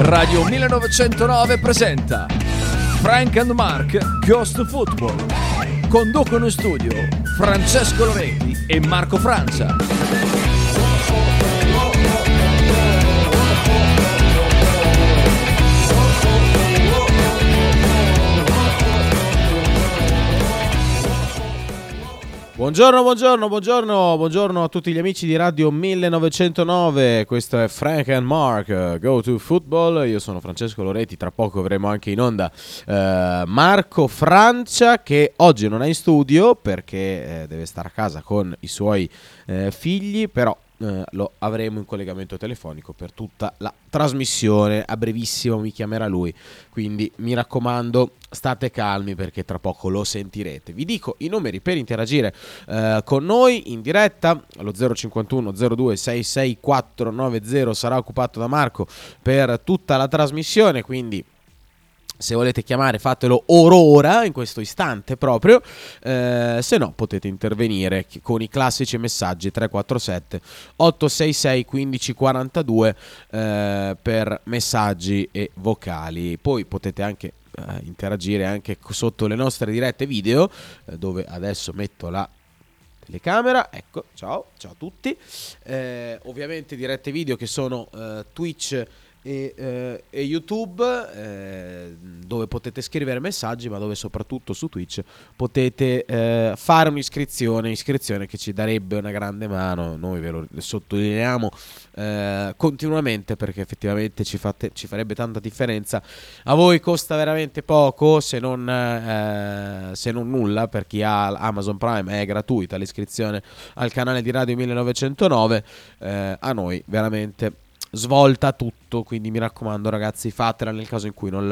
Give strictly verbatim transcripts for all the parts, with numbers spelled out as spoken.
Radio millenovecentonove presenta Frank and Mark Goes to Football. Conducono in studio Francesco Loretti e Marco Francia. Buongiorno, buongiorno, buongiorno, buongiorno a tutti gli amici di Radio millenovecentonove. Questo è Frank and Mark Go to Football. Io sono Francesco Loretti, tra poco avremo anche in onda eh, Marco Francia, che oggi non è in studio perché eh, deve stare a casa con i suoi eh, figli, però eh, lo avremo in collegamento telefonico per tutta la trasmissione. A brevissimo mi chiamerà lui, quindi mi raccomando, state calmi perché tra poco lo sentirete. Vi dico i numeri per interagire eh, con noi in diretta. Lo zero cinquantuno zero due sei sei quattro nove zero sarà occupato da Marco per tutta la trasmissione, quindi se volete chiamare fatelo ora, in questo istante proprio, eh, se no potete intervenire con i classici messaggi tre quattro sette otto sei sei uno cinque quattro due eh, per messaggi e vocali. Poi potete anche eh, interagire anche sotto le nostre dirette video, eh, dove adesso metto la telecamera. Ecco, ciao, ciao a tutti. Eh, ovviamente dirette video che sono eh, Twitch E, eh, e YouTube, eh, dove potete scrivere messaggi, ma dove soprattutto su Twitch potete eh, fare un'iscrizione, iscrizione che ci darebbe una grande mano. Noi ve lo sottolineiamo eh, continuamente perché effettivamente ci, fate, ci farebbe tanta differenza. A voi costa veramente poco, se non, eh, se non nulla. Per chi ha Amazon Prime è gratuita l'iscrizione al canale di Radio millenovecentonove, eh, a noi veramente svolta tutto, quindi mi raccomando ragazzi, fatela nel caso in cui non, l-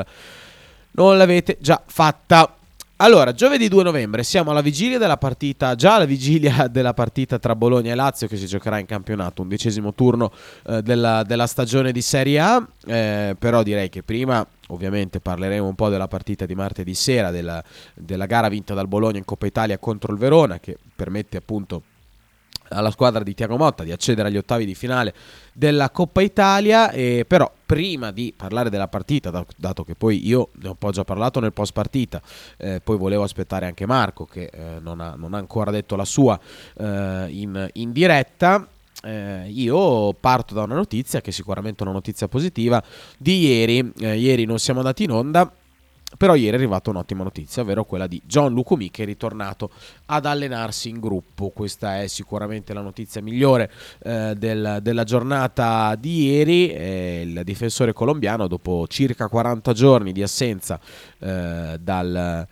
non l'avete già fatta. Allora, giovedì due novembre siamo alla vigilia della partita, già alla vigilia della partita tra Bologna e Lazio, che si giocherà in campionato, undicesimo turno eh, della, della stagione di Serie A, eh, però direi che prima ovviamente parleremo un po' della partita di martedì sera, della, della gara vinta dal Bologna in Coppa Italia contro il Verona, che permette appunto alla squadra di Thiago Motta di accedere agli ottavi di finale della Coppa Italia. E però prima di parlare della partita, dato che poi io ne ho un po' già parlato nel post partita, eh, poi volevo aspettare anche Marco che eh, non, ha, non ha ancora detto la sua eh, in, in diretta, eh, io parto da una notizia che è sicuramente una notizia positiva di ieri. Eh, ieri non siamo andati in onda, però ieri è arrivata un'ottima notizia, ovvero quella di Gianluca Mi, che è ritornato ad allenarsi in gruppo. Questa è sicuramente la notizia migliore eh, del, della giornata di ieri. Eh, il difensore colombiano, dopo circa quaranta giorni di assenza eh, dal,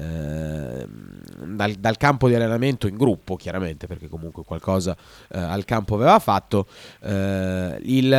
eh, dal, dal campo di allenamento in gruppo, chiaramente perché comunque qualcosa eh, al campo aveva fatto, eh, il,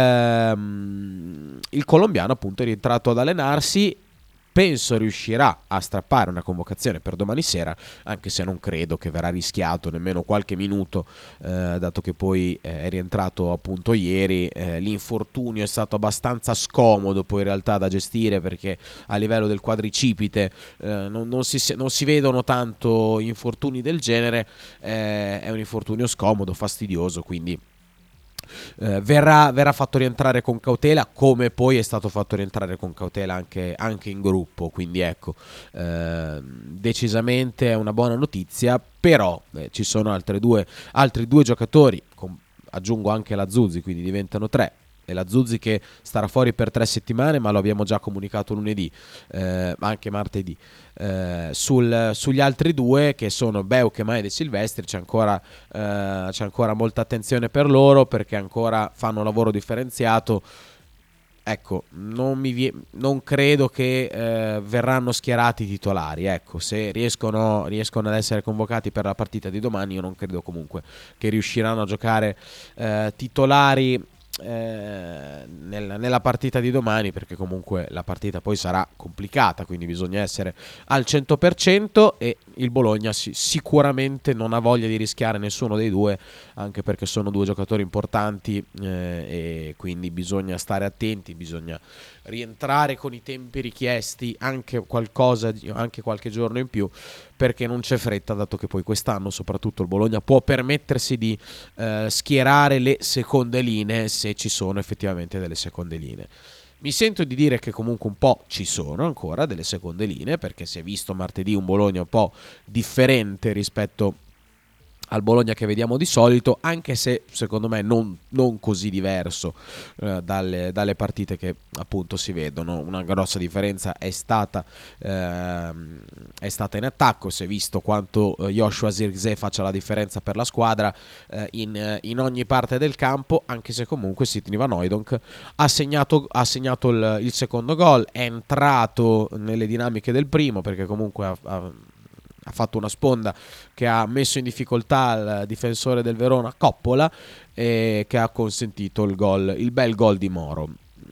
um, il colombiano appunto è rientrato ad allenarsi. Penso riuscirà a strappare una convocazione per domani sera, anche se non credo che verrà rischiato nemmeno qualche minuto, eh, dato che poi eh, è rientrato appunto ieri. Eh, l'infortunio è stato abbastanza scomodo poi in realtà da gestire, perché a livello del quadricipite eh, non, non, si, non si vedono tanto infortuni del genere. Eh, è un infortunio scomodo, fastidioso, quindi Eh, verrà, verrà fatto rientrare con cautela, come poi è stato fatto rientrare con cautela anche, anche in gruppo. Quindi ecco, eh, decisamente è una buona notizia. Però eh, ci sono altre due, altri due giocatori, con, aggiungo anche la Zuzzi, quindi diventano tre. E la Zuzzi che starà fuori per tre settimane, ma lo abbiamo già comunicato lunedì, eh, anche martedì. Eh, sul, sugli altri due, che sono Beukema e De Silvestri, c'è ancora, eh, c'è ancora molta attenzione per loro, perché ancora fanno lavoro differenziato. Ecco, non, mi vie- non credo che eh, verranno schierati titolari. Ecco, se riescono, riescono ad essere convocati per la partita di domani, io non credo comunque che riusciranno a giocare eh, titolari Eh, nel, nella partita di domani, perché comunque la partita poi sarà complicata, quindi bisogna essere al cento per cento. E il Bologna si, sicuramente non ha voglia di rischiare nessuno dei due, anche perché sono due giocatori importanti, eh, e quindi bisogna stare attenti, bisogna rientrare con i tempi richiesti, anche qualcosa, anche qualche giorno in più, perché non c'è fretta, dato che poi quest'anno soprattutto il Bologna può permettersi di eh, schierare le seconde linee, se ci sono effettivamente delle seconde linee. Mi sento di dire che comunque un po' ci sono ancora delle seconde linee, perché si è visto martedì un Bologna un po' differente rispetto al Bologna che vediamo di solito, anche se secondo me non, non così diverso eh, dalle, dalle partite che appunto si vedono. Una grossa differenza è stata, ehm, è stata in attacco. Si è visto quanto eh, Joshua Zirkzee faccia la differenza per la squadra eh, in, in ogni parte del campo, anche se comunque Sidney Van Hooijdonk ha segnato, ha segnato il, il secondo gol, è entrato nelle dinamiche del primo, perché comunque ha, ha ha fatto una sponda che ha messo in difficoltà il difensore del Verona Coppola, e che ha consentito il gol, il bel gol di Moro.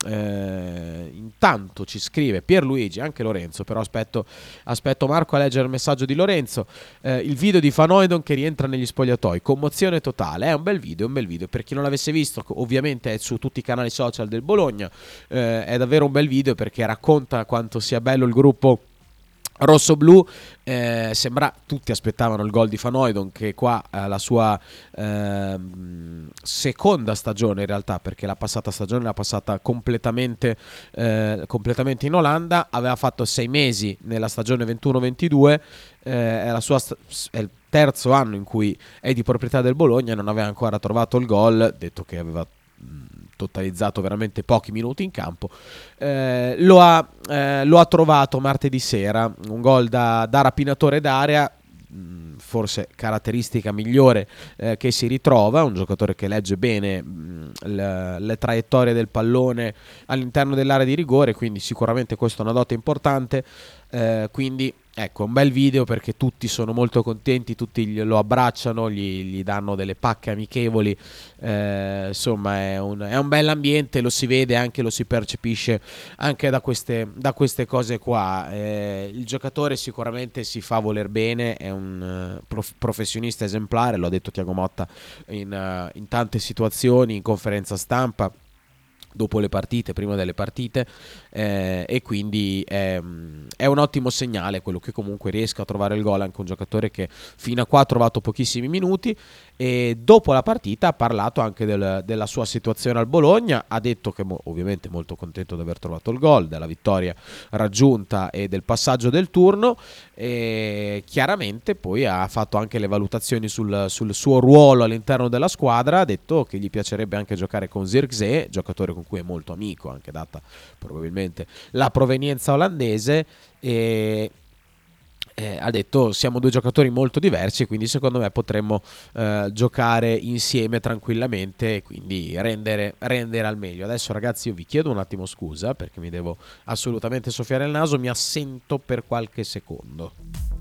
Eh, intanto ci scrive Pierluigi, anche Lorenzo, però aspetto, aspetto Marco a leggere il messaggio di Lorenzo. Eh, il video di Van Hooijdonk che rientra negli spogliatoi, commozione totale. È un bel video, un bel video. Per chi non l'avesse visto, ovviamente è su tutti i canali social del Bologna. Eh, è davvero un bel video, perché racconta quanto sia bello il gruppo rosso-blu. Eh, sembra, tutti aspettavano il gol di Van Hooijdonk, che qua ha la sua eh, seconda stagione in realtà, perché la passata stagione l'ha passata completamente, eh, completamente in Olanda. Aveva fatto sei mesi nella stagione ventuno ventidue, eh, è, la sua sta- è il terzo anno in cui è di proprietà del Bologna e non aveva ancora trovato il gol, detto che aveva totalizzato veramente pochi minuti in campo. Eh, lo, ha, eh, lo ha trovato martedì sera, un gol da, da rapinatore d'area, forse caratteristica migliore eh, che si ritrova, un giocatore che legge bene mh, le, le traiettorie del pallone all'interno dell'area di rigore, quindi sicuramente questa è una dote importante. Eh, quindi ecco, un bel video, perché tutti sono molto contenti, tutti lo abbracciano, gli, gli danno delle pacche amichevoli. Eh, insomma è un, è un bell'ambiente, lo si vede anche, lo si percepisce anche da queste, da queste cose qua. Eh, il giocatore sicuramente si fa voler bene, è un uh, prof- professionista esemplare, lo ha detto Thiago Motta in, uh, in tante situazioni, in conferenza stampa, dopo le partite, prima delle partite, eh, e quindi è, è un ottimo segnale quello che comunque riesca a trovare il gol anche un giocatore che fino a qua ha trovato pochissimi minuti. E dopo la partita ha parlato anche del, della sua situazione al Bologna, ha detto che mo, ovviamente molto contento di aver trovato il gol, della vittoria raggiunta e del passaggio del turno, e chiaramente poi ha fatto anche le valutazioni sul, sul suo ruolo all'interno della squadra. Ha detto che gli piacerebbe anche giocare con Zirkzee, giocatore con cui è molto amico, anche data probabilmente la provenienza olandese, e Eh, ha detto siamo due giocatori molto diversi, quindi secondo me potremmo eh, giocare insieme tranquillamente e quindi rendere, rendere al meglio. Adesso ragazzi io vi chiedo un attimo scusa, perché mi devo assolutamente soffiare il naso, mi assento per qualche secondo.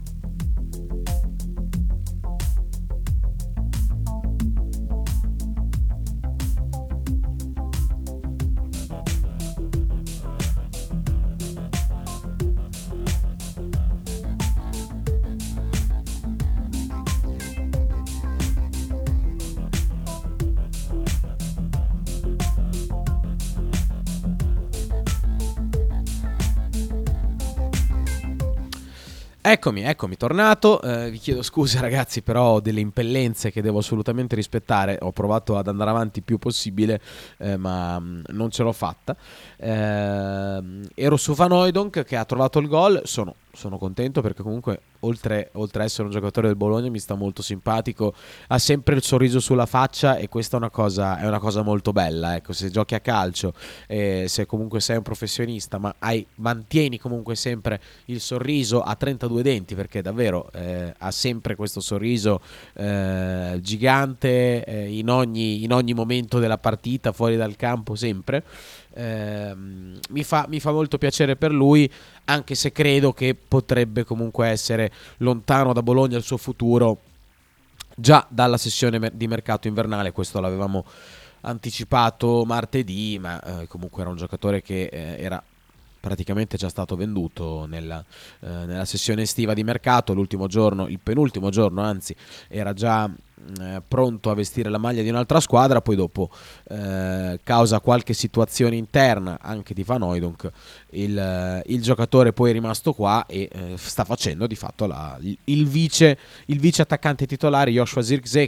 Eccomi, eccomi tornato, eh, vi chiedo scusa ragazzi, però ho delle impellenze che devo assolutamente rispettare. Ho provato ad andare avanti il più possibile, eh, ma mh, non ce l'ho fatta. Eh, ero su Van Hooijdonk che ha trovato il gol, sono, sono contento perché comunque oltre, oltre a essere un giocatore del Bologna mi sta molto simpatico, ha sempre il sorriso sulla faccia e questa è una cosa, è una cosa molto bella. Ecco, se giochi a calcio, eh, se comunque sei un professionista, ma hai, mantieni comunque sempre il sorriso a trentadue denti, perché davvero eh, ha sempre questo sorriso eh, gigante eh, in, ogni, in ogni momento della partita, fuori dal campo sempre. Eh, mi fa, mi fa molto piacere per lui, anche se credo che potrebbe comunque essere lontano da Bologna il suo futuro già dalla sessione di mercato invernale. Questo l'avevamo anticipato martedì, ma eh, comunque era un giocatore che eh, era praticamente già stato venduto nella, eh, nella sessione estiva di mercato. L'ultimo giorno, il penultimo giorno anzi, era già eh, pronto a vestire la maglia di un'altra squadra. Poi dopo, eh, causa qualche situazione interna anche di Van Hooijdonk, il, il giocatore poi è rimasto qua e eh, sta facendo di fatto la, il, il vice il vice attaccante titolare Joshua Zirkzee, che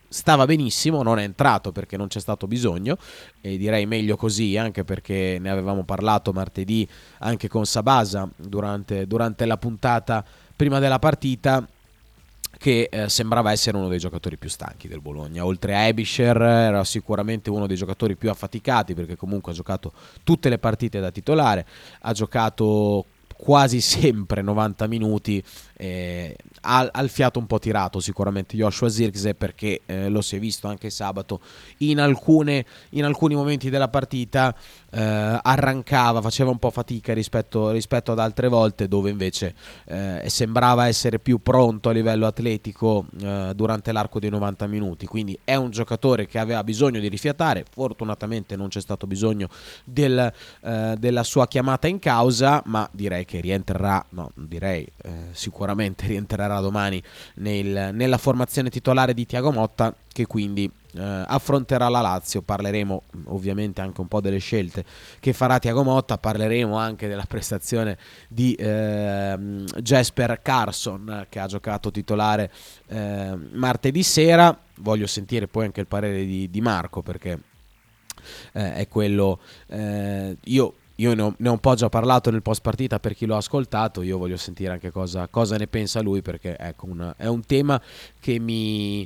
stava benissimo, non è entrato perché non c'è stato bisogno, e direi meglio così, anche perché ne avevamo parlato martedì anche con Sabasa durante, durante la puntata prima della partita, che eh, sembrava essere uno dei giocatori più stanchi del Bologna. Oltre a Ebischer era sicuramente uno dei giocatori più affaticati, perché comunque ha giocato tutte le partite da titolare, ha giocato quasi sempre novanta minuti, eh, al, al fiato un po' tirato sicuramente Joshua Zirkzee, perché eh, lo si è visto anche sabato in, alcune, in alcuni momenti della partita, eh, arrancava, faceva un po' fatica rispetto, rispetto ad altre volte, dove invece eh, sembrava essere più pronto a livello atletico eh, durante l'arco dei novanta minuti. Quindi è un giocatore che aveva bisogno di rifiatare, fortunatamente non c'è stato bisogno del, eh, della sua chiamata in causa, ma direi che rientrerà, no direi eh, sicuramente rientrerà domani nel, nella formazione titolare di Thiago Motta, che quindi eh, affronterà la Lazio. Parleremo ovviamente anche un po' delle scelte che farà Thiago Motta, parleremo anche della prestazione di eh, Jesper Carson, che ha giocato titolare eh, martedì sera. Voglio sentire poi anche il parere di, di Marco, perché eh, è quello eh, io Io ne ho, ne ho un po' già parlato nel post partita per chi l'ho ascoltato. Io voglio sentire anche cosa, cosa ne pensa lui, perché ecco, una, è un tema che mi,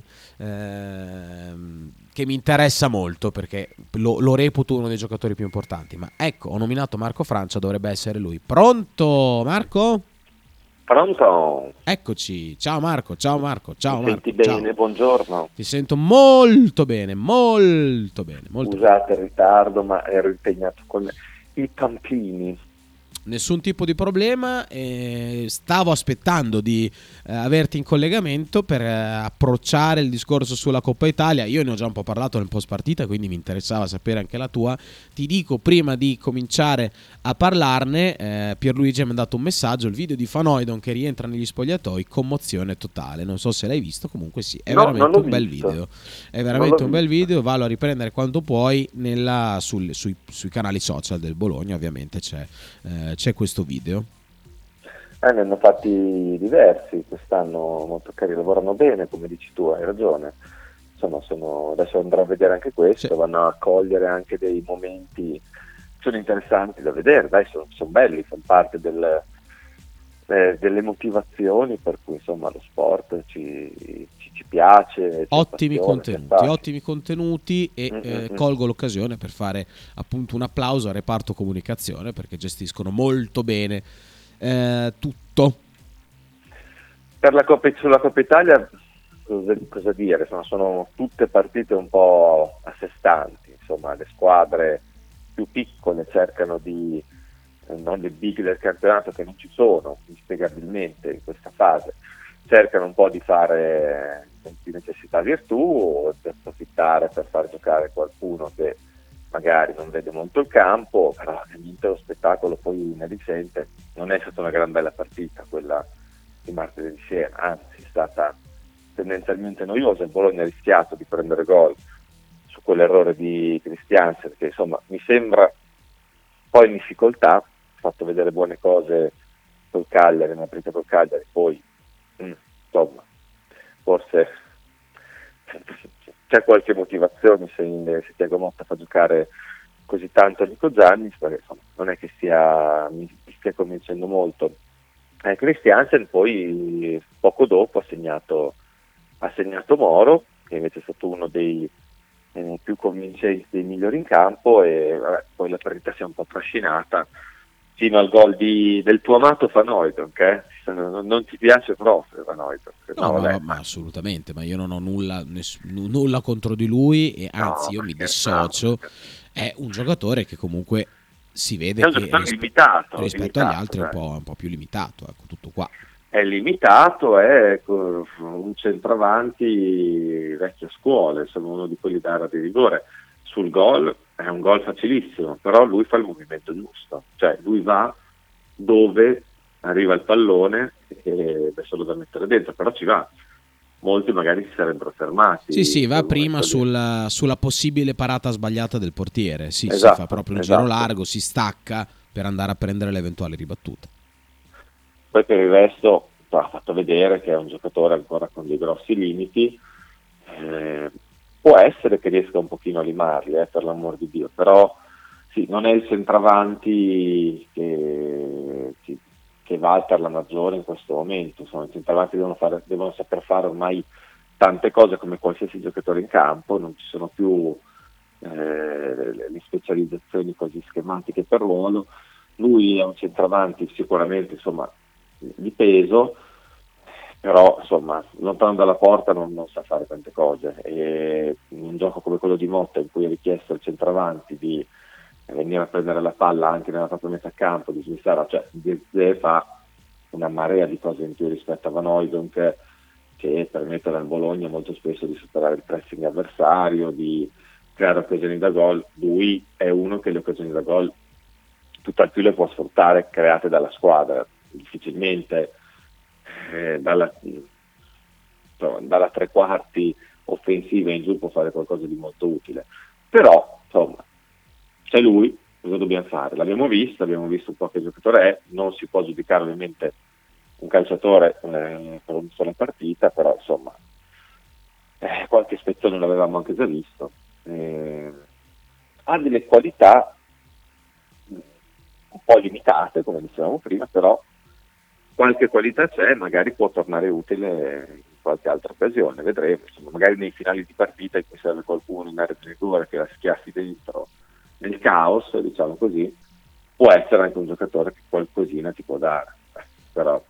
ehm, che mi interessa molto, perché lo, lo reputo uno dei giocatori più importanti. Ma ecco, ho nominato Marco Francia, dovrebbe essere lui. Pronto Marco? Pronto? Eccoci, ciao Marco, ciao Marco, ciao Mi Marco. senti bene? Ciao. Buongiorno. Ti sento molto bene, molto bene. Molto Scusate bene. il ritardo, ma ero impegnato con i tampini. Nessun tipo di problema, eh, stavo aspettando di eh, averti in collegamento per eh, approcciare il discorso sulla Coppa Italia. Io ne ho già un po' parlato nel post partita, quindi mi interessava sapere anche la tua. Ti dico, prima di cominciare a parlarne, eh, Pierluigi mi ha dato un messaggio: il video di Fanoidon che rientra negli spogliatoi, commozione totale. Non so se l'hai visto, comunque sì, è No, veramente un visto. bel video. È veramente un bel video, vallo a riprendere quando puoi nella, sul, sui, sui canali social del Bologna, ovviamente c'è, eh, c'è questo video. Eh, ne hanno fatti diversi quest'anno, molto carini, lavorano bene, come dici tu, hai ragione. Insomma, sono, adesso andrò a vedere anche questo, Sì. Vanno a cogliere anche dei momenti, sono interessanti da vedere, dai, sono, sono belli, fanno parte del, eh, delle motivazioni per cui insomma lo sport ci, ci, ci piace. Ci Ottimi appassiona, contenuti, ottimi contenuti e Mm, eh, mm, colgo l'occasione per fare appunto un applauso al reparto comunicazione, perché gestiscono molto bene eh, tutto. Per la Coppa, sulla Coppa Italia cosa, cosa dire? Insomma, sono tutte partite un po' a sé stanti, insomma le squadre più piccole cercano di, eh, non le big del campionato che non ci sono, inspiegabilmente in questa fase, cercano un po' di fare di necessità virtù o di approfittare per far giocare qualcuno che magari non vede molto il campo, però l'intero spettacolo poi ne risente. Non è stata una gran bella partita quella di martedì sera, anzi è stata tendenzialmente noiosa. Il Bologna ha rischiato di prendere gol su quell'errore di Christiansen, che insomma mi sembra poi in difficoltà, ha fatto vedere buone cose col Cagliari, nella partita col Cagliari, poi mh, insomma forse c'è qualche motivazione se, in, se Thiago Motta fa giocare così tanto Nico Giannis, perché insomma non è che stia, mi stia convincendo molto. Eh, Christiansen poi poco dopo ha segnato, ha segnato Moro, che invece è stato uno dei eh, più convincenti, dei migliori in campo, e vabbè, poi la partita si è un po' trascinata fino al gol di, del tuo amato Fanoidon, che non, non ti piace proprio Fanoidon. No, No, ma, ma assolutamente, ma io non ho nulla, ness- nulla contro di lui, e anzi no, io mi perché, dissocio. no, È un giocatore che comunque si vede è un che giocatore rispe- limitato, rispetto limitato, agli altri è un cioè. po', un po' più limitato, ecco, tutto qua. È limitato, è co- un centravanti vecchia scuola, insomma uno di quelli d'area di rigore. Sul gol è un gol facilissimo, però lui fa il movimento giusto, cioè lui va dove arriva il pallone e è solo da mettere dentro, però ci va. Molti magari si sarebbero fermati. Sì, sì, va quel prima momento lì. sulla, sulla possibile parata sbagliata del portiere. Sì, sì, Esatto, fa proprio un esatto. giro largo, si stacca per andare a prendere l'eventuale ribattuta. Poi per il resto ha fatto vedere che è un giocatore ancora con dei grossi limiti, eh, può essere che riesca un pochino a limarli, eh, per l'amor di Dio, però sì, non è il centravanti che, che, che va per la maggiore in questo momento. Insomma, i centravanti devono, fare, devono saper fare ormai tante cose come qualsiasi giocatore in campo, non ci sono più eh, le, le specializzazioni così schematiche per ruolo. Lui è un centravanti sicuramente, insomma, di peso, però insomma lontano dalla porta non, non sa fare tante cose, e in un gioco come quello di Motta, in cui è richiesto al centravanti di venire a prendere la palla anche nella propria metà campo, di smissare, cioè Zirkzee fa una marea di cose in più rispetto a Van Hooijdonk, che permettono al Bologna molto spesso di superare il pressing avversario, di creare occasioni da gol. Lui è uno che le occasioni da gol tutt'al più le può sfruttare create dalla squadra, difficilmente eh, dalla, insomma, dalla tre quarti offensiva in giù può fare qualcosa di molto utile, però insomma c'è lui, cosa dobbiamo fare? L'abbiamo visto, abbiamo visto un po' che giocatore è, non si può giudicare ovviamente un calciatore eh, per una sola partita, però insomma eh, qualche spezzone l'avevamo anche già visto, eh, ha delle qualità un po' limitate come dicevamo prima, però qualche qualità c'è, magari può tornare utile in qualche altra occasione, vedremo. Insomma, magari nei finali di partita in cui serve qualcuno in area di rigore che la schiaffi dentro nel caos, diciamo così, può essere anche un giocatore che qualcosina ti può dare, eh, però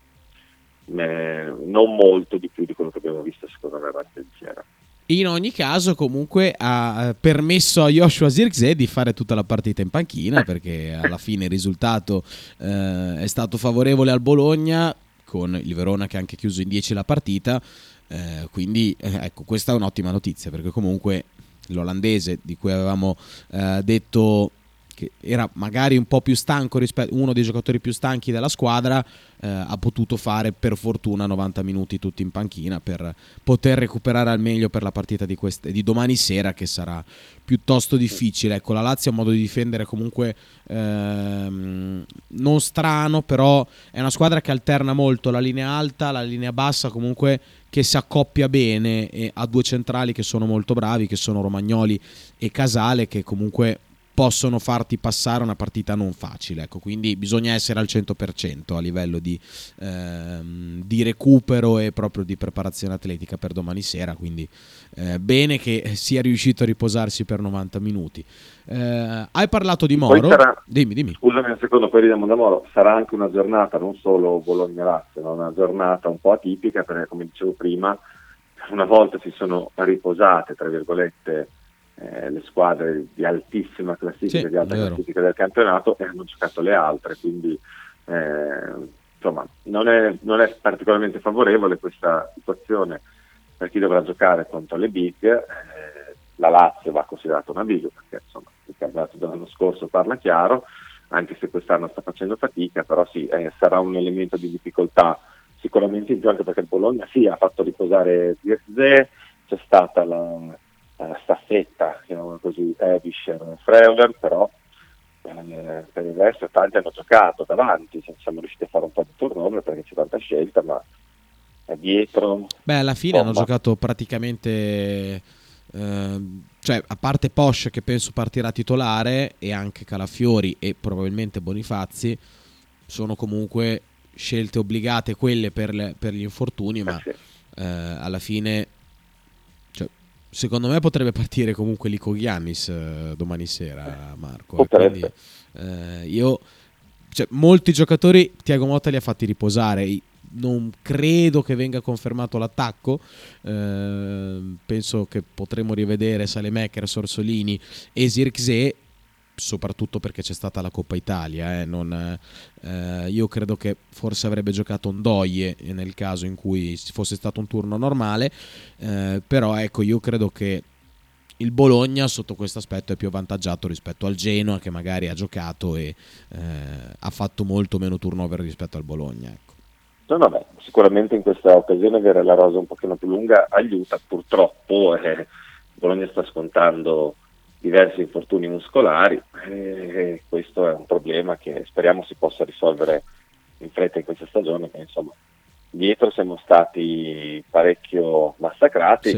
eh, non molto di più di quello che abbiamo visto secondo me avanti insieme. In ogni caso comunque ha permesso a Joshua Zirkzee di fare tutta la partita in panchina, perché alla fine il risultato eh, è stato favorevole al Bologna, con il Verona che ha anche chiuso in dieci la partita, eh, quindi eh, ecco, questa è un'ottima notizia, perché comunque l'olandese, di cui avevamo eh, detto che era magari un po' più stanco rispetto, uno dei giocatori più stanchi della squadra, eh, ha potuto fare per fortuna novanta minuti tutti in panchina per poter recuperare al meglio per la partita di, queste, di domani sera, che sarà piuttosto difficile. Ecco, la Lazio ha un modo di difendere comunque ehm, non strano, però è una squadra che alterna molto la linea alta, la linea bassa, comunque che si accoppia bene, e ha due centrali che sono molto bravi, che sono Romagnoli e Casale, che comunque possono farti passare una partita non facile, ecco, quindi bisogna essere al cento per cento a livello di, ehm, di recupero e proprio di preparazione atletica per domani sera, quindi eh, bene che sia riuscito a riposarsi per novanta minuti. Eh, hai parlato di Moro, sarà, dimmi, dimmi. Scusami un secondo, poi vediamo da Moro, sarà anche una giornata, non solo Bologna-Lazio, ma una giornata un po' atipica, perché come dicevo prima, una volta si sono riposate, tra virgolette, Eh, le squadre di altissima classifica, sì, di alta vero. classifica del campionato, e hanno giocato le altre, quindi eh, insomma non è, non è particolarmente favorevole questa situazione per chi dovrà giocare contro le big. Eh, la Lazio va considerata una big, perché insomma il campionato dell'anno scorso parla chiaro, anche se quest'anno sta facendo fatica, però sì, eh, sarà un elemento di difficoltà sicuramente in più, anche perché il Bologna sì ha fatto riposare Zirkzee, c'è stata la la staffetta, chiamiamola così, Ebischer e Freuler, però eh, per il resto tanti hanno giocato davanti, siamo riusciti a fare un po' di turnover perché c'è tanta scelta, ma è dietro. Beh, alla fine insomma, hanno giocato praticamente eh, cioè, a parte Posch, che penso partirà titolare, e anche Calafiori e probabilmente Bonifazzi, sono comunque scelte obbligate quelle per, le, per gli infortuni, ma eh sì. eh, alla fine, cioè, secondo me potrebbe partire comunque Lico Giannis eh, domani sera, Marco. E quindi eh, io, cioè, molti giocatori Thiago Motta li ha fatti riposare. Non credo che venga confermato l'attacco. Eh, penso che potremo rivedere Salemaker, Sorsolini e Zirkzee, soprattutto perché c'è stata la Coppa Italia. Eh. Non, eh, io credo che forse avrebbe giocato Ndoye nel caso in cui fosse stato un turno normale. Eh, però ecco, io credo che il Bologna sotto questo aspetto è più avvantaggiato rispetto al Genoa, che magari ha giocato e eh, ha fatto molto meno turnover rispetto al Bologna, ecco. No, vabbè, sicuramente in questa occasione avere la rosa un pochino più lunga aiuta. Purtroppo eh, Bologna sta scontando diversi infortuni muscolari, e questo è un problema che speriamo si possa risolvere in fretta in questa stagione, che insomma dietro siamo stati parecchio massacrati. Sì.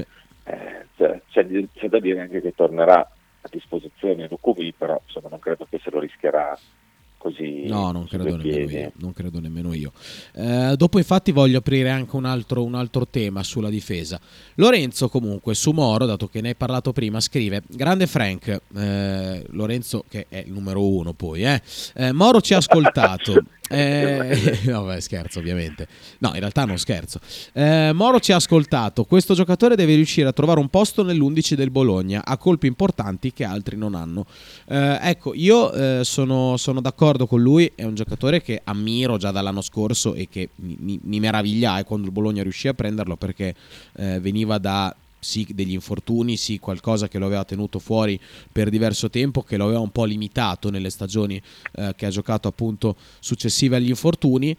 eh, c'è, c'è, c'è da dire anche che tornerà a disposizione Lukuvi, però insomma non credo che se lo rischierà così. No, non su credo due nemmeno piedi. io, non credo nemmeno io. Eh, dopo infatti voglio aprire anche un altro, un altro tema sulla difesa. Lorenzo comunque su Moro, dato che ne hai parlato prima, scrive: grande Frank, eh, Lorenzo che è il numero uno poi, eh. Eh, Moro ci ha ascoltato. Eh, vabbè, scherzo ovviamente. No, in realtà non scherzo. Eh, Moro ci ha ascoltato. Questo giocatore deve riuscire a trovare un posto nell'undici del Bologna, ha colpi importanti che altri non hanno. Eh, ecco, io eh, sono, sono d'accordo con lui. È un giocatore che ammiro già dall'anno scorso e che mi, mi, mi meraviglia eh, quando il Bologna riuscì a prenderlo, perché eh, veniva da sì degli infortuni, sì qualcosa che lo aveva tenuto fuori per diverso tempo, che lo aveva un po' limitato nelle stagioni eh, che ha giocato appunto successive agli infortuni,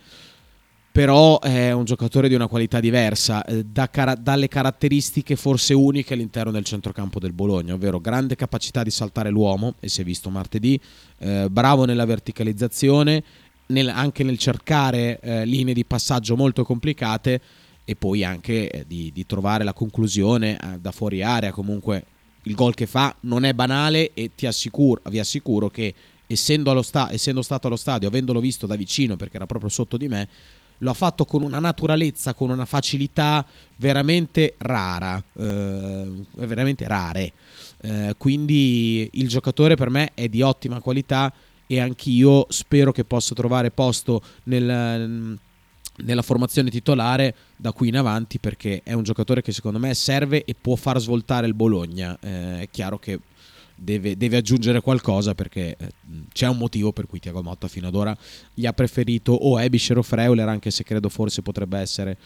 però è un giocatore di una qualità diversa, eh, da cara- dalle caratteristiche forse uniche all'interno del centrocampo del Bologna, ovvero grande capacità di saltare l'uomo, e si è visto martedì, eh, bravo nella verticalizzazione, nel, anche nel cercare eh, linee di passaggio molto complicate, e poi anche eh, di, di trovare la conclusione eh, da fuori area. Comunque il gol che fa non è banale, e ti assicuro, vi assicuro che essendo, allo sta- essendo stato allo stadio, avendolo visto da vicino perché era proprio sotto di me, lo ha fatto con una naturalezza, con una facilità veramente rara, eh, veramente rare. Eh, quindi il giocatore per me è di ottima qualità, e anch'io spero che possa trovare posto nel, nella formazione titolare da qui in avanti, perché è un giocatore che secondo me serve e può far svoltare il Bologna. Eh, è chiaro che Deve, deve aggiungere qualcosa, perché eh, c'è un motivo per cui Thiago Motta fino ad ora gli ha preferito o Ebischer o Freuler, anche se credo forse potrebbe essere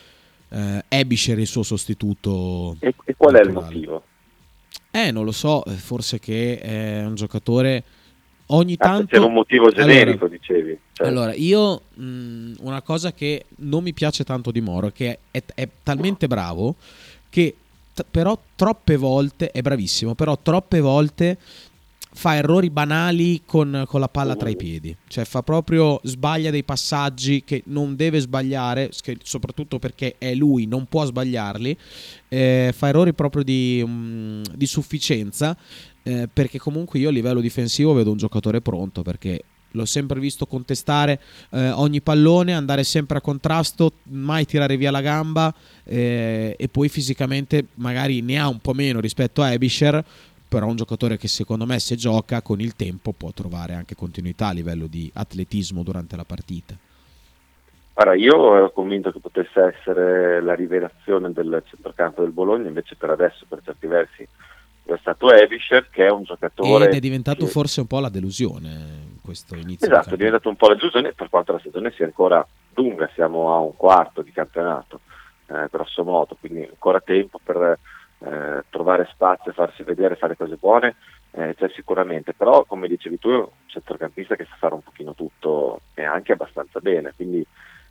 eh, Ebischer il suo sostituto. E, e qual naturale. è il motivo? Eh, non lo so, forse che è un giocatore ogni Ah, tanto... c'era un motivo generico, allora, dicevi. Cioè. Allora, io mh, una cosa che non mi piace tanto di Moro è che è, è talmente bravo che t- però troppe volte, è bravissimo, però troppe volte fa errori banali con, con la palla tra i piedi. Cioè fa proprio, sbaglia dei passaggi che non deve sbagliare, soprattutto perché è lui, non può sbagliarli. Eh, fa errori proprio di, um, di sufficienza, eh, perché comunque io a livello difensivo vedo un giocatore pronto, perché l'ho sempre visto contestare eh, ogni pallone, andare sempre a contrasto, mai tirare via la gamba, eh, e poi fisicamente magari ne ha un po' meno rispetto a Ebischer, però un giocatore che secondo me, se gioca con il tempo, può trovare anche continuità a livello di atletismo durante la partita. Allora, io ero convinto che potesse essere la rivelazione del centrocampo del Bologna, invece per adesso per certi versi è stato Ebischer, che è un giocatore ed è diventato che... forse un po' la delusione in questo inizio. Esatto, è diventato un po' la delusione, per quanto la stagione sia ancora lunga, siamo a un quarto di campionato, eh, grosso modo, quindi ancora tempo per eh, trovare spazio, farsi vedere, fare cose buone, eh, c'è sicuramente, però come dicevi tu è un centrocampista che sa fare un pochino tutto e anche abbastanza bene, quindi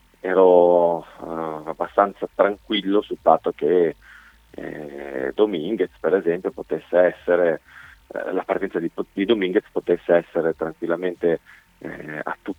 ero uh, abbastanza tranquillo sul fatto che eh, Dominguez per esempio potesse essere eh, la partenza di, di Dominguez potesse essere tranquillamente eh,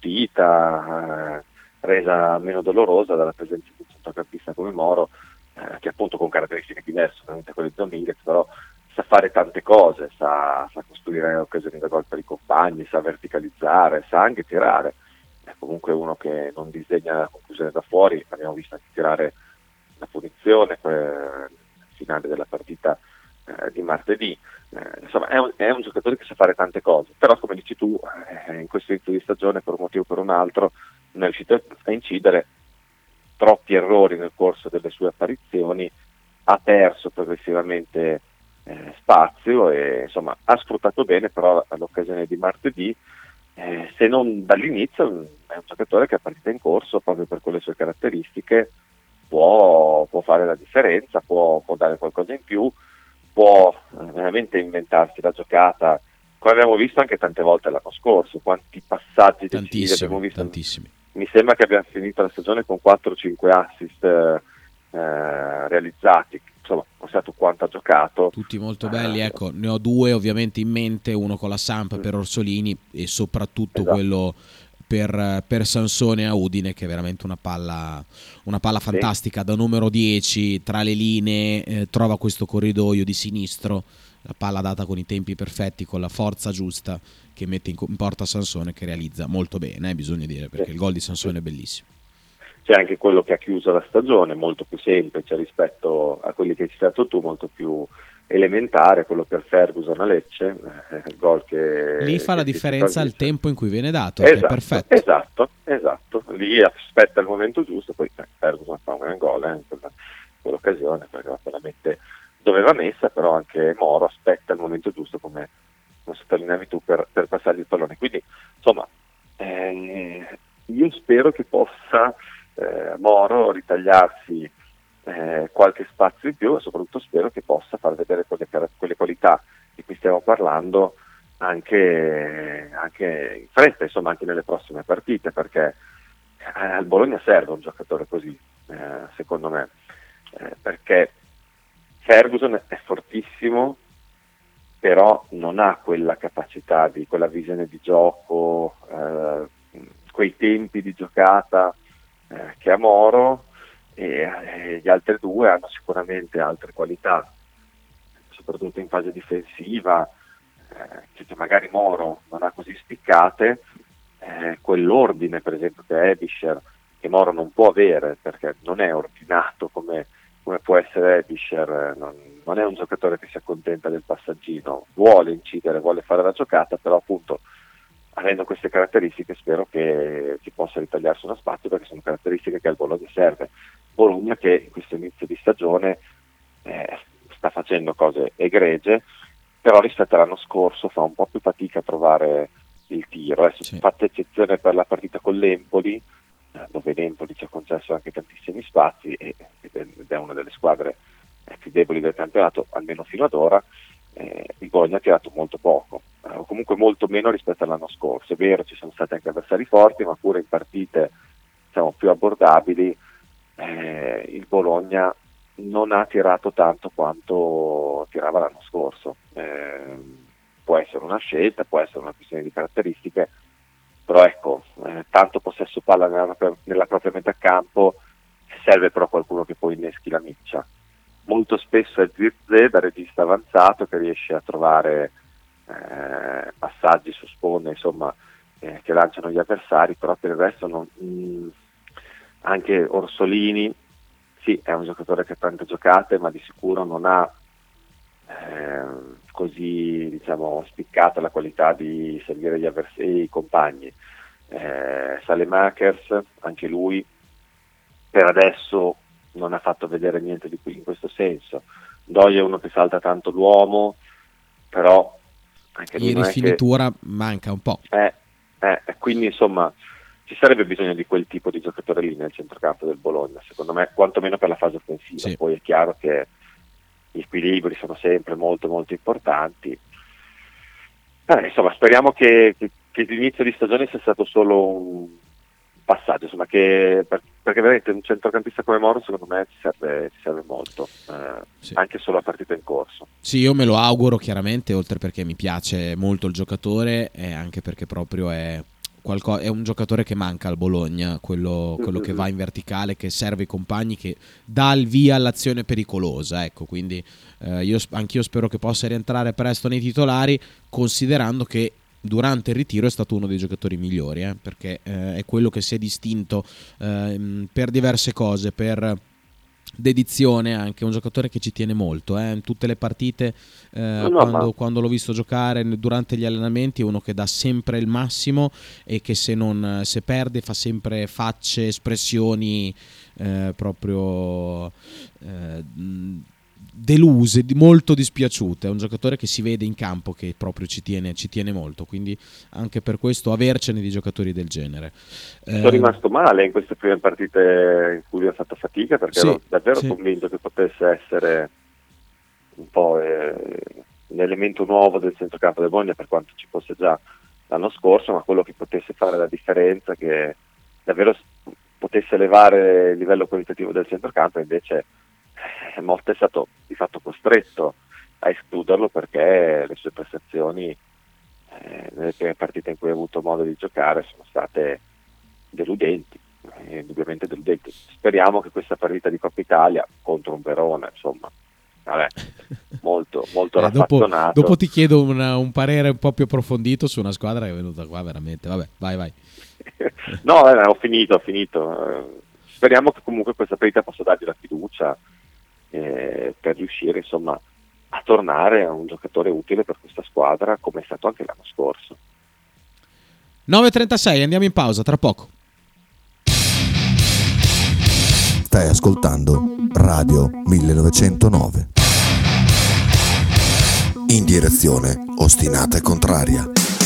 attutita, eh, resa meno dolorosa dalla presenza di un centrocampista come Moro, eh, che appunto con caratteristiche diverse ovviamente quelle di Dominguez, però sa fare tante cose, sa, sa costruire occasioni da gol per i compagni, sa verticalizzare, sa anche tirare. È comunque uno che non disegna la conclusione da fuori, abbiamo visto anche tirare la punizione nel finale della partita eh, di martedì. Eh, insomma è un, è un giocatore che sa fare tante cose, però come dici tu eh, in questo inizio di stagione per un motivo o per un altro non è riuscito a incidere, troppi errori nel corso delle sue apparizioni, ha perso progressivamente eh, spazio e insomma ha sfruttato bene però l'occasione di martedì. Eh, se non dall'inizio è un giocatore che a partita in corso, proprio per quelle sue caratteristiche, può, può fare la differenza, può, può dare qualcosa in più, può eh, veramente inventarsi la giocata, come abbiamo visto anche tante volte l'anno scorso, quanti passaggi decisivi abbiamo visto. Tantissimi. Mi sembra che abbiamo finito la stagione con quattro cinque assist eh, realizzati, insomma non sa tu quanto ha giocato, tutti molto belli, eh, ecco, ne ho due ovviamente in mente, uno con la Samp per Orsolini e soprattutto esatto. quello per, per Sansone a Udine, che è veramente una palla, una palla fantastica, da numero dieci tra le linee, eh, trova questo corridoio di sinistro, la palla data con i tempi perfetti, con la forza giusta, che mette in, in porta Sansone, che realizza molto bene, eh, bisogna dire, perché sì. il gol di Sansone è bellissimo. C'è anche quello che ha chiuso la stagione, molto più semplice rispetto a quelli che hai citato tu, molto più elementare, quello per Ferguson a Lecce, eh, il gol che... Lì fa che la differenza il tempo in cui viene dato, esatto, che è perfetto. Esatto, esatto, lì aspetta il momento giusto, poi eh, Ferguson fa un gran gol eh, in quella, quell'occasione, perché la mette dove va messa, però anche Moro aspetta il momento giusto, come, come sottolineavi tu, per, per passargli il pallone. Quindi, insomma, eh, io spero che possa eh, Moro ritagliarsi eh, qualche spazio in più, e soprattutto spero che possa far vedere quelle, quelle qualità di cui stiamo parlando anche, anche in fretta, insomma, anche nelle prossime partite, perché eh, al Bologna serve un giocatore così, eh, secondo me, eh, perché Ferguson è fortissimo, però non ha quella capacità, di quella visione di gioco, eh, quei tempi di giocata eh, che ha Moro, e eh, gli altri due hanno sicuramente altre qualità, soprattutto in fase difensiva, eh, che magari Moro non ha così spiccate, eh, quell'ordine per esempio che è Ebischer, che Moro non può avere perché non è ordinato come, come può essere Ebischer, non, non è un giocatore che si accontenta del passaggino, vuole incidere, vuole fare la giocata, però appunto avendo queste caratteristiche spero che si possa ritagliarsi uno spazio, perché sono caratteristiche che al Bologna serve. Bologna che in questo inizio di stagione eh, sta facendo cose egregie, però rispetto all'anno scorso fa un po' più fatica a trovare il tiro. Adesso sì. Fatta eccezione per la partita con l'Empoli, eh, dove l'Empoli ci ha concesso anche tantissimi spazi e, ed è una delle squadre più deboli del campionato, almeno fino ad ora, eh, il Bologna ha tirato molto poco, eh, o comunque molto meno rispetto all'anno scorso. È vero, ci sono stati anche avversari forti, ma pure in partite diciamo, più abbordabili, eh, il Bologna non ha tirato tanto quanto tirava l'anno scorso. Eh, può essere una scelta, può essere una questione di caratteristiche, però ecco, eh, tanto possesso palla nella, nella propria metà campo, serve però qualcuno che poi inneschi la miccia. Molto spesso è Zirze da regista avanzato che riesce a trovare eh, passaggi su sponde, insomma, eh, che lanciano gli avversari, però per il resto non, mh, anche Orsolini sì, è un giocatore che ha tante giocate, ma di sicuro non ha eh, così diciamo spiccata la qualità di servire gli avversari, i compagni. Eh, Salemakers, anche lui per adesso non ha fatto vedere niente di qui in questo senso. Doi è uno che salta tanto l'uomo, però anche lui in rifinitura che... manca un po'. Eh, eh, quindi insomma ci sarebbe bisogno di quel tipo di giocatore lì nel centrocampo del Bologna, secondo me, quantomeno per la fase offensiva. Sì. Poi è chiaro che gli equilibri sono sempre molto molto importanti. Eh, insomma, speriamo che, che, che l'inizio di stagione sia stato solo un passaggio, insomma, che per, perché veramente un centrocampista come Moro secondo me ci serve, ci serve molto, eh, sì. Anche solo a partita in corso. Sì, io me lo auguro chiaramente, oltre perché mi piace molto il giocatore e anche perché proprio è Qualco- è un giocatore che manca al Bologna, quello, quello che va in verticale, che serve i compagni, che dà il via all'azione pericolosa, ecco, quindi eh, io, anch'io spero che possa rientrare presto nei titolari, considerando che durante il ritiro è stato uno dei giocatori migliori, eh, perché eh, è quello che si è distinto eh, per diverse cose, per dedizione, anche un giocatore che ci tiene molto eh. In tutte le partite eh, no, no, quando, ma... quando l'ho visto giocare durante gli allenamenti è uno che dà sempre il massimo e che se non se perde fa sempre facce, espressioni eh, proprio eh, deluse, molto dispiaciute. È un giocatore che si vede in campo che proprio ci tiene, ci tiene molto, quindi anche per questo avercene di giocatori del genere. Sono eh, rimasto male in queste prime partite in cui lui ha fatto fatica, perché sì, ero davvero sì. convinto che potesse essere un po' eh, un elemento nuovo del centrocampo del Bologna, per quanto ci fosse già l'anno scorso, ma quello che potesse fare la differenza, che davvero potesse elevare il livello qualitativo del centrocampo. Invece Motta è stato di fatto costretto a escluderlo perché le sue prestazioni eh, nelle le prime partite in cui ho avuto modo di giocare sono state deludenti, eh, indubbiamente deludenti. Speriamo che questa partita di Coppa Italia contro un Verona, insomma, vabbè, molto, molto eh, dopo, rafazzonato. dopo ti chiedo una, un parere un po' più approfondito su una squadra che è venuta qua veramente, vabbè, vai vai. No, eh, ho finito, ho finito. Eh, speriamo che comunque questa partita possa dargli la fiducia eh, per riuscire, insomma, a tornare a un giocatore utile per questa squadra, come è stato anche l'anno scorso. nove e trentasei, andiamo in pausa, tra poco. Stai ascoltando Radio millenovecentonove. In direzione ostinata e contraria.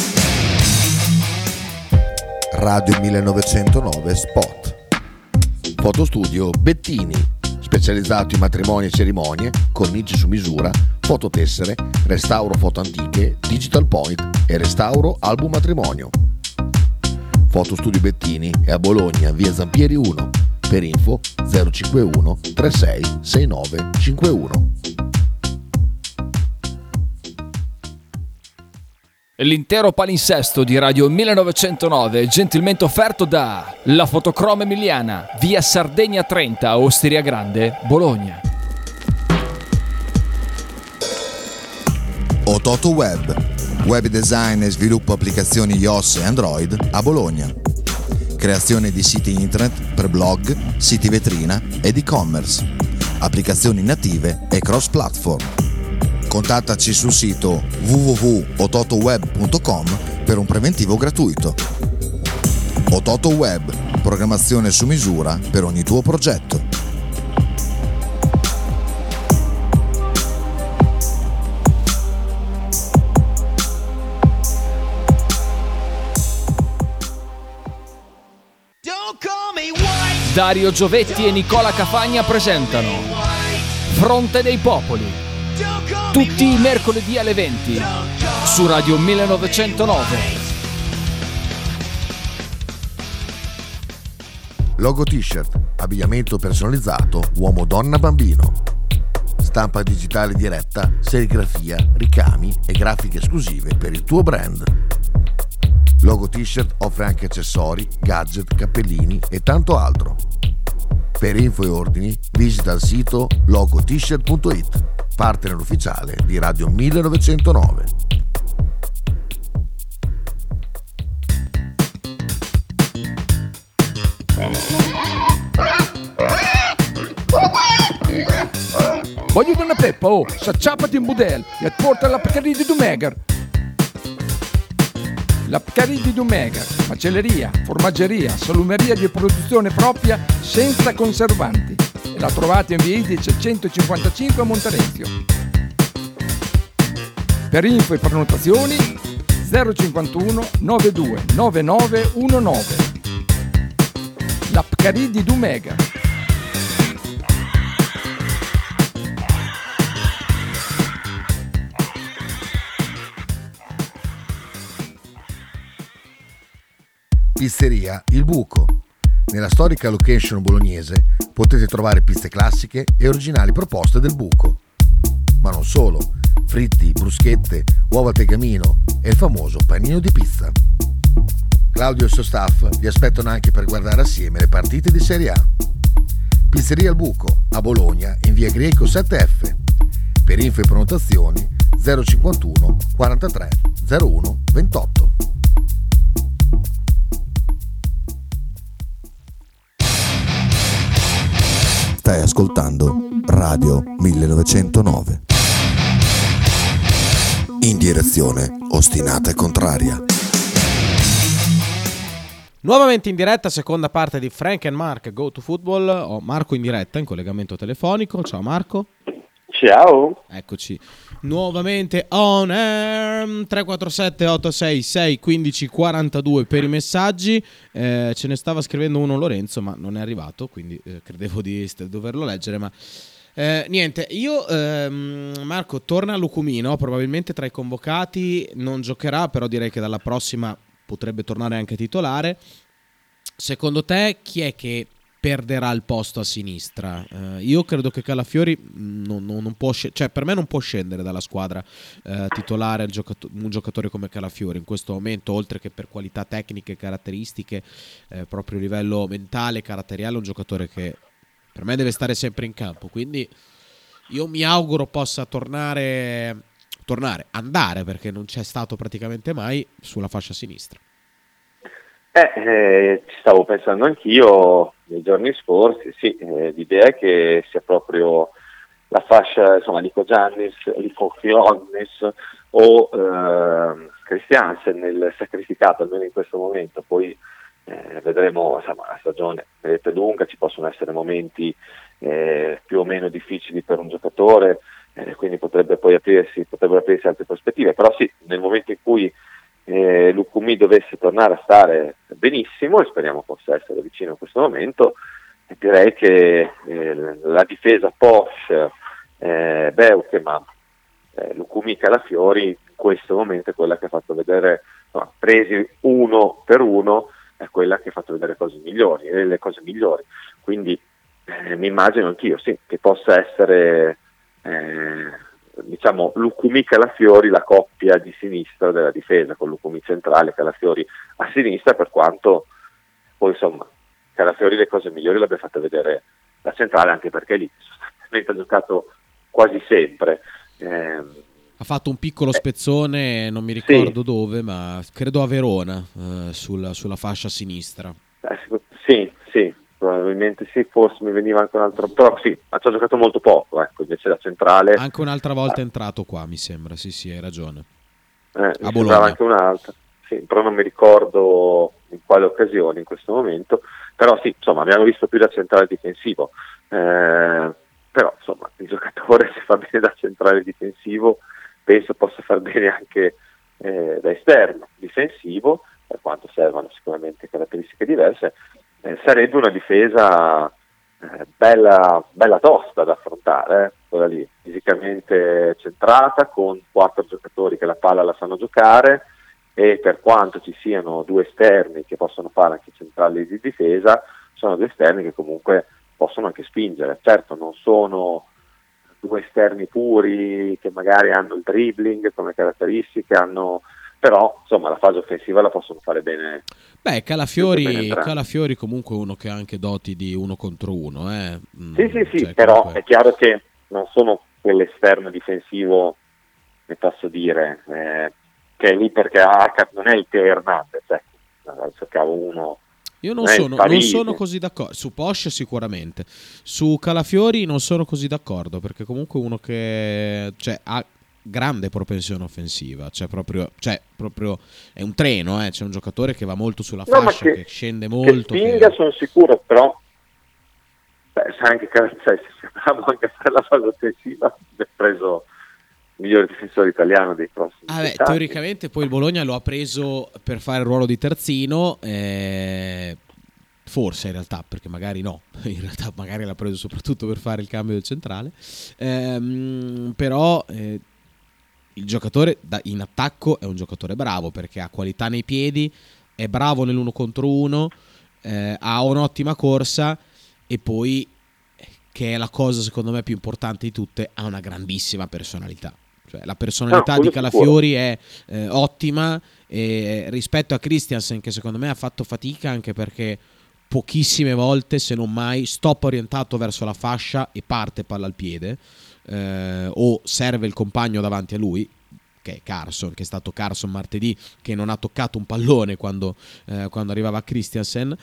Radio millenovecentonove Spot. Fotostudio Bettini, specializzato in matrimoni e cerimonie, cornici su misura, fototessere, restauro foto antiche, digital point e restauro album matrimonio. Fotostudio Bettini è a Bologna, via Zampieri uno. Per info zero cinquantuno trentasei sessantanove cinquantuno. L'intero palinsesto di Radio millenovecentonove è gentilmente offerto da La Fotocroma Emiliana, via Sardegna trenta, Osteria Grande, Bologna. Ototo Web, web design e sviluppo applicazioni iOS e Android a Bologna. Creazione di siti internet per blog, siti vetrina ed e-commerce, applicazioni native e cross-platform. Contattaci sul sito w w w punto ototoweb punto com per un preventivo gratuito. Ototo Web, programmazione su misura per ogni tuo progetto. Dario Giovetti e Nicola Cafagna presentano Fronte dei Popoli, tutti i mercoledì alle venti su Radio millenovecentonove. Logo t-shirt, abbigliamento personalizzato uomo, donna, bambino. Stampa digitale diretta, serigrafia, ricami e grafiche esclusive per il tuo brand. Logo t-shirt offre anche accessori, gadget, cappellini e tanto altro. Per info e ordini visita il sito logo t shirt punto it, partner ufficiale di Radio millenovecentonove. Voglio una peppa, oh, s'acciappati in budel e porta la Pcaridi di Dumegar. La Pcaridi di Dumegar, macelleria, formaggeria, salumeria di produzione propria senza conservanti. E la trovate in via Idice centocinquantacinque a Monterezio. Per info e prenotazioni zero cinquantuno novantadue novantanove diciannove. La Pcaridi di Dumegar. Pizzeria Il Buco. Nella storica location bolognese potete trovare pizze classiche e originali proposte del buco. Ma non solo, fritti, bruschette, uova al tegamino e il famoso panino di pizza. Claudio e il suo staff vi aspettano anche per guardare assieme le partite di Serie A. Pizzeria Il Buco, a Bologna, in via Greco sette F. Per info e prenotazioni zero cinquantuno quarantatré zero uno ventotto. Stai ascoltando Radio millenovecentonove. In direzione ostinata e contraria. Nuovamente in diretta, seconda parte di Frank and Mark Go to Football. Ho Marco in diretta, in collegamento telefonico. Ciao Marco. Ciao. Eccoci nuovamente on air. Tre quattro sette otto sei sei uno cinque quattro due per i messaggi. Eh, ce ne stava scrivendo uno Lorenzo, ma non è arrivato, quindi eh, credevo di st- doverlo leggere, ma eh, niente. Io ehm, Marco torna a Lucumino, probabilmente tra i convocati, non giocherà, però direi che dalla prossima potrebbe tornare anche titolare. Secondo te chi è che perderà il posto a sinistra. Uh, io credo che Calafiori non, non, non può sc- cioè per me non può scendere dalla squadra uh, titolare il giocato- un giocatore come Calafiori in questo momento, oltre che per qualità tecniche e caratteristiche, eh, proprio a livello mentale e caratteriale, è un giocatore che per me deve stare sempre in campo, quindi io mi auguro possa tornare tornare, andare, perché non c'è stato praticamente mai, sulla fascia sinistra. Eh, eh, ci stavo pensando anch'io nei giorni scorsi, sì, eh, l'idea è che sia proprio la fascia, insomma, Nico Giannis, Nico Giannis o eh, Christiansen nel sacrificato, almeno in questo momento. Poi eh, vedremo, insomma, la stagione è lunga, ci possono essere momenti eh, più o meno difficili per un giocatore, eh, quindi potrebbe poi aprirsi, potrebbero aprirsi altre prospettive, però sì, nel momento in cui Eh, Lukumi dovesse tornare a stare benissimo, e speriamo possa essere vicino in questo momento, direi che eh, la difesa Posch, eh, Beukema, eh, Lukumi, Calafiori in questo momento è quella che ha fatto vedere, no, presi uno per uno, è quella che ha fatto vedere cose migliori, eh, le cose migliori, quindi eh, mi immagino anch'io sì, che possa essere eh, diciamo Lukumi Calafiori la coppia di sinistra della difesa, con Lukumi centrale, Calafiori a sinistra, per quanto poi insomma Calafiori le cose migliori le abbia fatte vedere la centrale, anche perché lì sostanzialmente ha giocato quasi sempre. Eh, ha fatto un piccolo eh, spezzone, non mi ricordo sì. dove, ma credo a Verona, eh, sulla, sulla fascia sinistra. Eh, sì, sì, probabilmente sì, forse mi veniva anche un altro, però sì, ha già giocato molto poco, ecco, invece la centrale anche un'altra volta eh, è entrato qua, mi sembra, sì sì, hai ragione, eh, a mi Bologna. sembrava anche un'altra, sì, però non mi ricordo in quale occasione in questo momento, però sì, insomma abbiamo visto più da centrale difensivo, eh, però insomma il giocatore, se fa bene da centrale difensivo, penso possa far bene anche eh, da esterno difensivo, per quanto servano sicuramente caratteristiche diverse. Eh, sarebbe una difesa eh, bella, bella tosta da affrontare, eh, quella lì, fisicamente centrata, con quattro giocatori che la palla la sanno giocare, e per quanto ci siano due esterni che possono fare anche centrali di difesa, sono due esterni che comunque possono anche spingere. Certo, non sono due esterni puri che magari hanno il dribbling come caratteristiche, hanno, però insomma la fase offensiva la possono fare bene. Beh, Calafiori, Calafiori comunque uno che ha anche doti di uno contro uno, eh. Mm, sì sì sì, cioè, però comunque... è chiaro che non sono quell'esterno difensivo, ne posso dire, eh, che è lì perché ah, non è il Teo Hernandez, ecco, cercavo uno. Io non sono, non sono così d'accordo. Su Posch sicuramente, su Calafiori non sono così d'accordo, perché comunque uno che, cioè, ha grande propensione offensiva, cioè proprio, cioè proprio è un treno, eh. C'è un giocatore che va molto sulla no, fascia, che, che scende molto, che spinga, che... sono sicuro, però beh, sai anche che cioè, se bravo anche a fare la fase offensiva, ha preso il migliore difensore italiano dei prossimi ah, beh, teoricamente poi il Bologna lo ha preso per fare il ruolo di terzino, eh, forse in realtà, perché magari no, in realtà magari l'ha preso soprattutto per fare il cambio del centrale, ehm, però eh, il giocatore da, in attacco è un giocatore bravo, perché ha qualità nei piedi, è bravo nell'uno contro uno, eh, ha un'ottima corsa, e poi, che è la cosa secondo me più importante di tutte, ha una grandissima personalità. Cioè, la personalità no, di Calafiori sicuro. è eh, ottima, e rispetto a Christiansen, che secondo me ha fatto fatica, anche perché pochissime volte, se non mai, stop orientato verso la fascia e parte palla al piede, eh, o serve il compagno davanti a lui, che è Carson, che è stato Carson martedì, che non ha toccato un pallone quando, eh, quando arrivava Christiansen.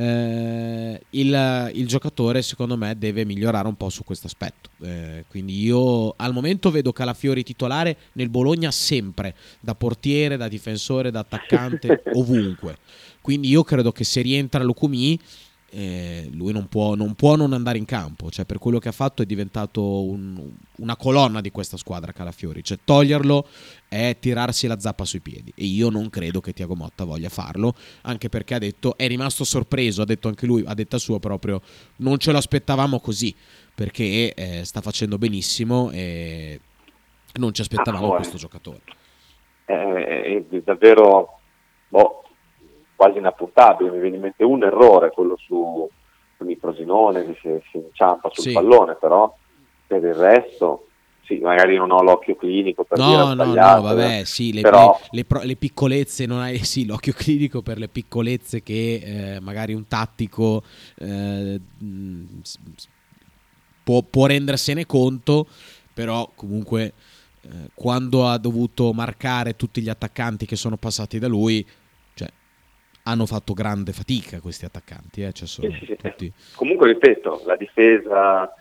Eh, il, il giocatore secondo me deve migliorare un po' su questo aspetto, eh, quindi io al momento vedo Calafiori titolare nel Bologna sempre, da portiere, da difensore, da attaccante, ovunque. Quindi io credo che se rientra Lukumi, eh, lui non può, non può non andare in campo, cioè per quello che ha fatto è diventato un, una colonna di questa squadra Calafiori, cioè toglierlo è tirarsi la zappa sui piedi, e io non credo che Thiago Motta voglia farlo, anche perché ha detto, è rimasto sorpreso, ha detto anche lui, a detta sua proprio, non ce lo aspettavamo così, perché eh, sta facendo benissimo e non ci aspettavamo ah, questo giocatore. È, è, è davvero boh, quasi inappuntabile, mi viene in mente un errore, quello su, con il Frosinone, che si, si inciampa sul Sì. pallone, però per il resto sì, magari non ho l'occhio clinico per dire No, ho no, sbagliato, no, vabbè, eh. sì, le, però le- le pro- le piccolezze, non hai sì, l'occhio clinico per le piccolezze che eh, magari un tattico eh, mh, s- s- può, può rendersene conto, però comunque eh, quando ha dovuto marcare tutti gli attaccanti che sono passati da lui, cioè, hanno fatto grande fatica questi attaccanti, eh, cioè sono sì, sì, sì. tutti... Comunque ripeto, la difesa,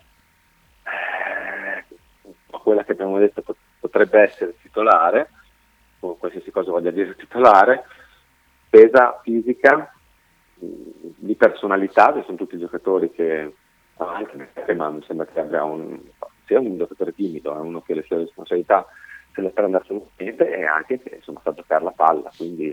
eh, quella che abbiamo detto pot- potrebbe essere titolare, o qualsiasi cosa voglia dire titolare, difesa fisica, mh, di personalità, che sono tutti giocatori che anche nel tema mi sembra che abbia un, sia un giocatore timido, è uno che le sue responsabilità se le prende assolutamente e anche che insomma sa giocare la palla, quindi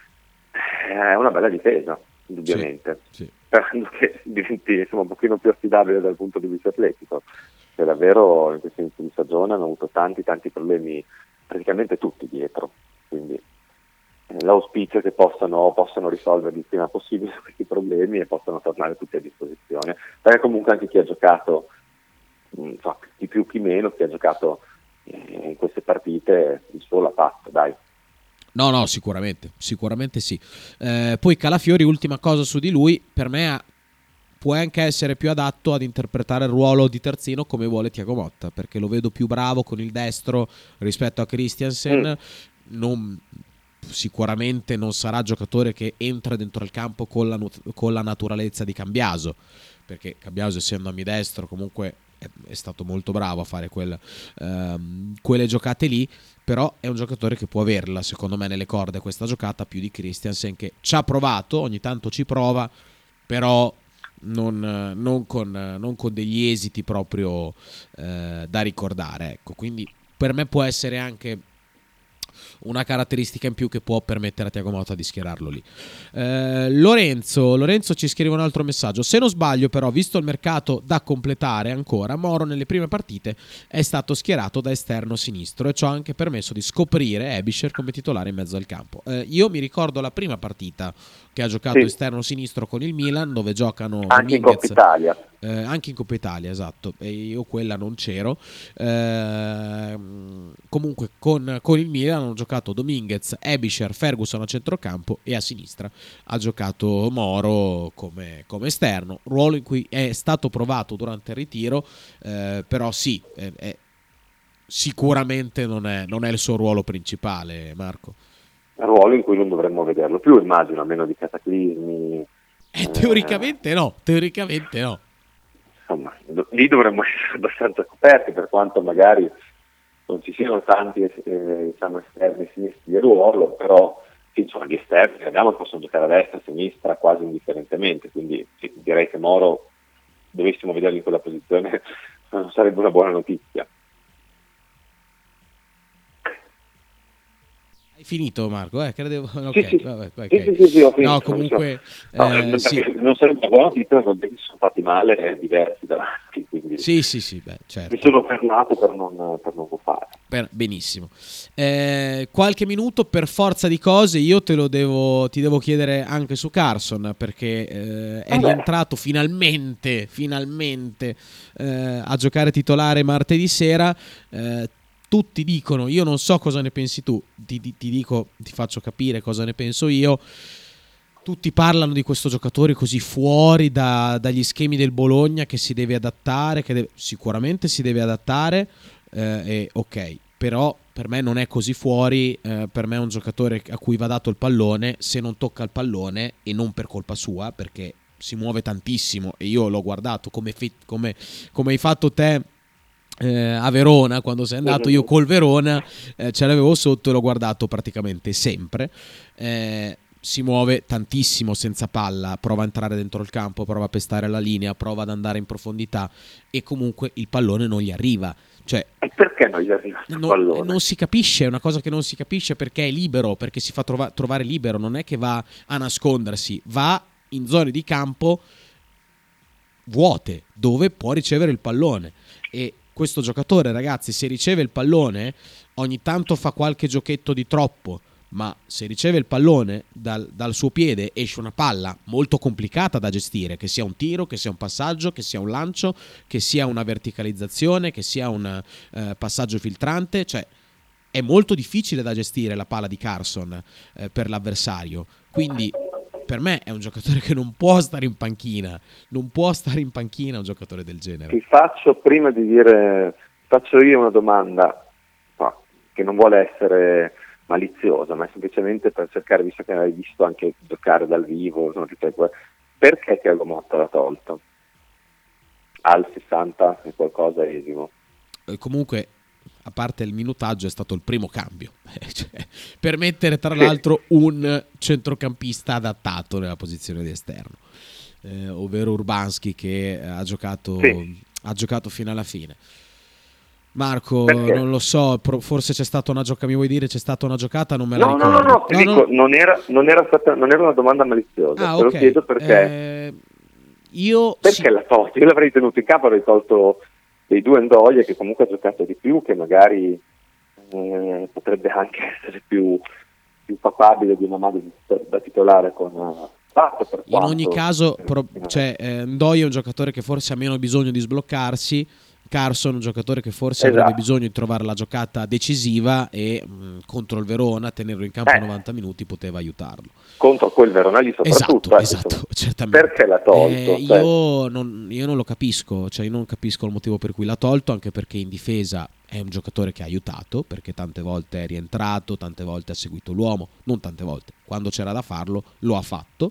è una bella difesa, indubbiamente. Sì, sì. Sperando che diventi insomma un pochino più affidabile dal punto di vista atletico, che davvero in questo inizio di stagione hanno avuto tanti tanti problemi, praticamente tutti dietro, quindi eh, l'auspicio è che possano, possano risolvere il prima possibile questi problemi e possano tornare tutti a disposizione, perché comunque anche chi ha giocato, mh, so, chi più chi meno, chi ha giocato eh, in queste partite il suo l'ha fatto, dai. No, no, sicuramente, sicuramente sì. Eh, poi Calafiori, ultima cosa su di lui, per me ha- può anche essere più adatto ad interpretare il ruolo di terzino come vuole Thiago Motta, perché lo vedo più bravo con il destro rispetto a Christiansen. Non, sicuramente non sarà giocatore che entra dentro il campo con la, nut- con la naturalezza di Cambiaso, perché Cambiaso, essendo ambidestro, comunque è, è stato molto bravo a fare quel, ehm, quelle giocate lì, però è un giocatore che può averla secondo me nelle corde questa giocata più di Christiansen, che ci ha provato, ogni tanto ci prova, però non, non con, non con degli esiti proprio eh, da ricordare, ecco. Quindi per me può essere anche una caratteristica in più che può permettere a Thiago Motta di schierarlo lì. Eh, Lorenzo, Lorenzo ci scrive un altro messaggio. Se non sbaglio, però, visto il mercato da completare ancora, Moro nelle prime partite è stato schierato da esterno sinistro e ciò ha anche permesso di scoprire Ebischer come titolare in mezzo al campo. Eh, io mi ricordo la prima partita che ha giocato Sì. esterno sinistro con il Milan, dove giocano Anche in Coppa Dominguez, Italia. eh, anche in Coppa Italia, esatto, e io quella non c'ero. Ehm, comunque con, con il Milan hanno giocato Dominguez, Ebischer, Ferguson a centrocampo e a sinistra ha giocato Moro come, come esterno, ruolo in cui è stato provato durante il ritiro, eh, però sì, è, è, sicuramente non è, non è il suo ruolo principale, Marco. Un ruolo in cui non dovremmo vederlo più, immagino, a meno di cataclismi. Eh, eh, teoricamente no, teoricamente no. Insomma, do- lì dovremmo essere abbastanza coperti, per quanto magari non ci siano tanti eh, diciamo, esterni sinistri di ruolo, però sì, insomma, gli esterni che abbiamo possono giocare a destra, a sinistra, quasi indifferentemente, quindi sì, direi che Moro, dovessimo vederlo in quella posizione, non sarebbe una buona notizia. Hai finito, Marco? Eh, credevo... Sì, Ok, sì. vabbè, ok. Sì, sì, sì, sì, ho finito. No, comunque, No, eh, non, sì. non sarebbe una buona notizia, perché perché si sono fatti male eh, diversi davanti, quindi Sì, sì, sì, beh, certo. mi sono fermato per non, per non fare. Per- benissimo. Eh, qualche minuto per forza di cose io te lo devo, ti devo chiedere anche su Carson, perché eh, è Vabbè. rientrato finalmente, finalmente eh, a giocare titolare martedì sera. Eh, tutti dicono, io non so cosa ne pensi tu, ti, ti, ti dico, ti faccio capire cosa ne penso io. Tutti parlano di questo giocatore così fuori da, dagli schemi del Bologna, che si deve adattare, che deve, sicuramente si deve adattare, eh, e, ok, però per me non è così fuori, eh, per me è un giocatore a cui va dato il pallone, se non tocca il pallone, e non per colpa sua, perché si muove tantissimo e io l'ho guardato come, fe- come, come hai fatto te eh, a Verona, quando sei andato. Io col Verona eh, ce l'avevo sotto e l'ho guardato praticamente sempre. eh, si muove tantissimo senza palla, prova a entrare dentro il campo, prova a pestare la linea, prova ad andare in profondità e comunque il pallone non gli arriva. Cioè, E perché non gli arriva il non, pallone? non si capisce, è una cosa che non si capisce, perché è libero, perché si fa trova- trovare libero, non è che va a nascondersi, va in zone di campo vuote dove può ricevere il pallone. E questo giocatore, ragazzi, se riceve il pallone ogni tanto fa qualche giochetto di troppo, ma se riceve il pallone dal, dal suo piede esce una palla molto complicata da gestire, che sia un tiro, che sia un passaggio, che sia un lancio, che sia una verticalizzazione, che sia un eh, passaggio filtrante, cioè è molto difficile da gestire la palla di Carson eh, per l'avversario, quindi per me è un giocatore che non può stare in panchina, non può stare in panchina un giocatore del genere. Ti faccio, prima di dire, faccio io una domanda, no, che non vuole essere maliziosa, ma è semplicemente per cercare, visto che hai visto anche giocare dal vivo, no, ripeto, perché Thiago Motta l'ha tolto? Al sessanta e qualcosa esimo. E comunque, a parte il minutaggio, è stato il primo cambio, cioè, per mettere tra l'altro un centrocampista adattato nella posizione di esterno, eh, ovvero Urbanski, che ha giocato, sì. ha giocato fino alla fine. Marco, Perché? non lo so, forse c'è stata una giocata, mi vuoi dire c'è stata una giocata, non me la no, ricordo. No, no, no, ti no, dico, no. Non, era, non, era stata, non era una domanda maliziosa, Ah, te lo okay. chiedo perché... Eh, io perché sì. l'ha tolto? Io l'avrei tenuto in campo, avrei tolto dei due Ndoye, che comunque ha giocato di più, che magari eh, potrebbe anche essere più, più papabile di una mano da titolare con... Uh, per in ogni quanto, caso, eh, pro, cioè, eh, Ndoye è un giocatore che forse ha meno bisogno di sbloccarsi, Carson un giocatore che forse esatto. avrebbe bisogno di trovare la giocata decisiva e mh, contro il Verona tenerlo in campo eh. novanta minuti poteva aiutarlo. Contro quel Verona lì soprattutto. Esatto, eh, esatto, certamente. Perché l'ha tolto? Eh, cioè. io, non, io non lo capisco, cioè io non capisco il motivo per cui l'ha tolto, anche perché in difesa è un giocatore che ha aiutato, perché tante volte è rientrato, tante volte ha seguito l'uomo, non tante volte, quando c'era da farlo lo ha fatto.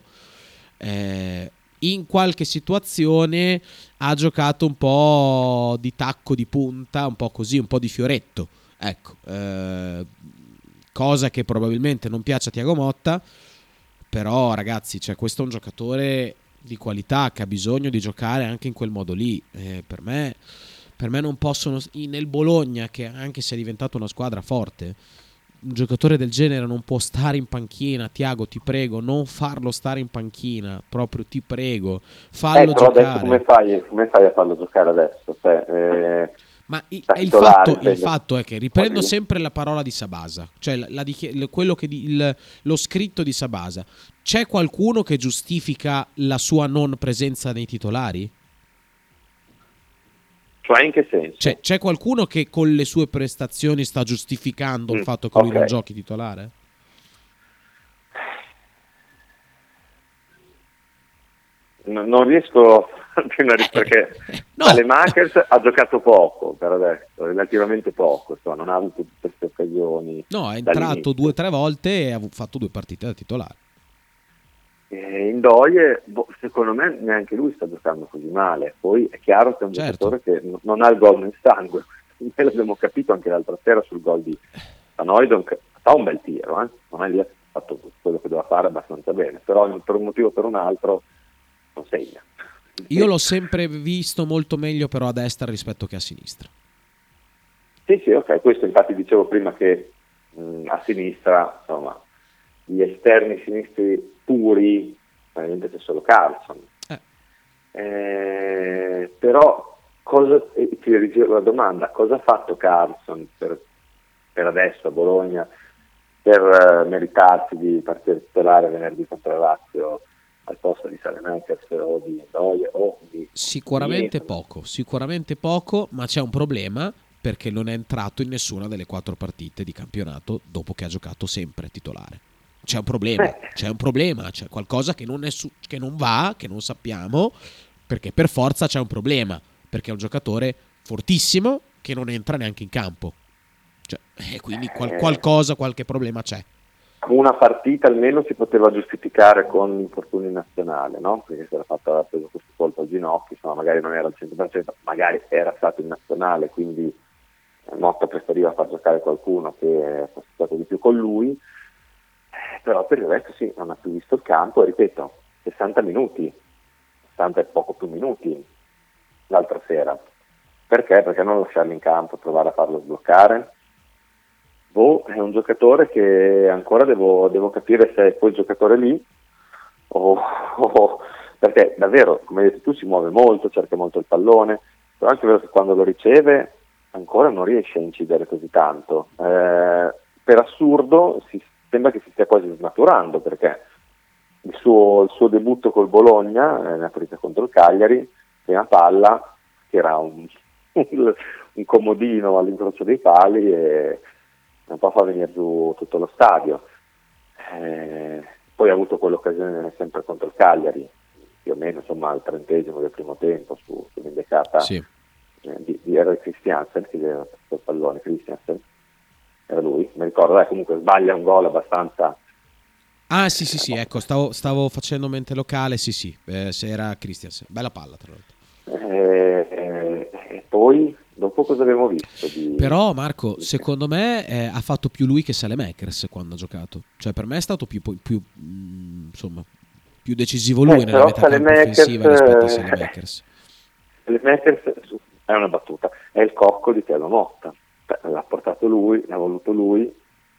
Eh, in qualche situazione ha giocato un po' di tacco di punta, un po' così, un po' di fioretto, ecco, eh, cosa che probabilmente non piace a Thiago Motta, però ragazzi, cioè, questo è un giocatore di qualità che ha bisogno di giocare anche in quel modo lì. Eh, per me, per me non possono, nel Bologna, che anche se è diventato una squadra forte, un giocatore del genere non può stare in panchina. Tiago, ti prego, non farlo stare in panchina, proprio ti prego, fallo eh, però giocare. adesso come fai, come fai a farlo giocare adesso? Cioè, eh, ma il, il, fatto, il fatto è che riprendo sempre la parola di Sabasa, cioè la, la, quello che di, il, lo scritto di Sabasa. C'è qualcuno che giustifica la sua non presenza nei titolari? Cioè, in che senso? Cioè, c'è qualcuno che con le sue prestazioni sta giustificando mm, il fatto che okay. lui non giochi titolare? No, non riesco prima di, perché no. Salemakers ha giocato poco per adesso, relativamente poco, insomma, non ha avuto tutte queste occasioni. No, è entrato due o tre volte e ha fatto due partite da titolare. Eh, Ndoye, boh, secondo me neanche lui sta giocando così male. Poi è chiaro che è un certo. giocatore che n- non ha il gol nel sangue. Noi l'abbiamo capito anche l'altra sera sul gol di Van Hooijdonk, che fa un bel tiro, eh? non è lì ha fatto quello che doveva fare abbastanza bene, però per un motivo o per un altro non segna. Io l'ho sempre visto molto meglio però a destra rispetto che a sinistra. Sì, sì, ok, questo infatti dicevo prima che mh, a sinistra, insomma, gli esterni sinistri puri, ovviamente c'è solo Carlson. Eh. Eh, però cosa, eh, ti ricevo la domanda, cosa ha fatto Carlson per, per adesso a Bologna per uh, meritarsi di partire titolare venerdì contro la Lazio al posto di Salemakers o di Ndoye o di... Sicuramente di... poco, sicuramente poco, ma c'è un problema perché non è entrato in nessuna delle quattro partite di campionato dopo che ha giocato sempre titolare. C'è un problema, eh. c'è un problema, c'è qualcosa che non, è su- che non va, che non sappiamo, perché per forza c'è un problema, perché è un giocatore fortissimo che non entra neanche in campo. Cioè, eh, quindi qual- qualcosa, qualche problema c'è. Una partita almeno si poteva giustificare con l'infortunio nazionale, no? Perché se era fatto, aveva preso questo colpo al ginocchio, insomma, magari non era al cento per cento, magari era stato in nazionale, quindi Motta preferiva far giocare qualcuno che fosse stato di più con lui. Però per il resto sì, non ha più visto il campo e ripeto, sessanta minuti, sessanta e poco più minuti l'altra sera. Perché? Perché non lasciarlo in campo, provare a farlo sbloccare? Boh, è un giocatore che ancora devo, devo capire se è quel giocatore lì o, o perché davvero, come hai detto tu, si muove molto, cerca molto il pallone, però anche vero che quando lo riceve ancora non riesce a incidere così tanto. Eh, per assurdo si sembra che si stia quasi snaturando, perché il suo, il suo debutto col Bologna nella partita contro il Cagliari, prima palla, che era un, un comodino all'incrocio dei pali e un po' fa venire giù tutto lo stadio. Eh, poi ha avuto quell'occasione sempre contro il Cagliari, più o meno insomma al trentesimo del primo tempo, su, sull'indicata Sì. eh, di, di R. Christiansen, che era il pallone, Christiansen, era lui, mi ricordo, eh, comunque sbaglia un gol abbastanza. Ah sì sì sì, ecco, stavo, stavo facendo mente locale, sì sì, eh, se era Christiansen, bella palla tra l'altro. Eh, eh, e poi dopo cosa abbiamo visto? Di... Però Marco, secondo me eh, ha fatto più lui che Saelemaekers quando ha giocato, cioè per me è stato più, più mh, insomma più decisivo lui eh, nella metà campo offensiva rispetto a Saelemaekers. Saelemaekers è una battuta, è il cocco di Thiago Motta, l'ha portato lui, l'ha voluto lui,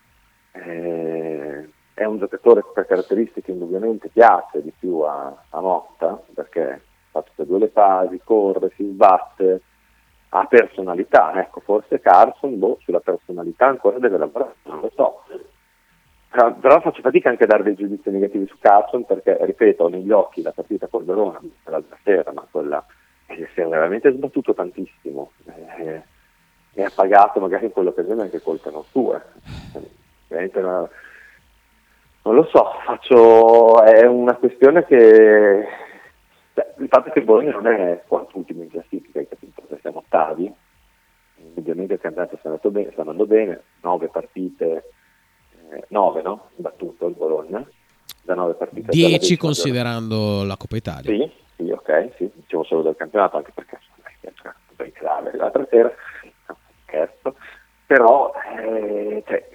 eh, è un giocatore che per caratteristiche indubbiamente piace di più a, a Motta, perché fa tutte e due le fasi, corre, si sbatte, ha personalità, ecco, forse Carson, boh, sulla personalità ancora deve lavorare, non lo so. Però, però faccio fatica anche a dare dei giudizi negativi su Carson, perché, ripeto, ho negli occhi la partita col Verona l'altra sera, ma quella eh, si è veramente sbattuto tantissimo, eh, e ha pagato magari in quell'occasione anche colpe non sue. Veramente una, non lo so, faccio, è una questione che... Beh, il fatto è che il Bologna non è quart'ultimo in classifica, hai capito? Perché siamo ottavi, ovviamente il campionato sta andando bene, sta andando bene, nove partite, eh, nove no? Battuto il Bologna, da nove partite. dieci considerando la Coppa Italia. Sì, sì, ok, sì, dicevo solo del campionato, anche perché è ben grave l'altra sera, no, scherzo, però, eh, cioè,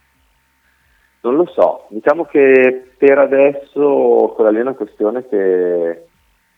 non lo so, diciamo che per adesso quella lì è una questione che,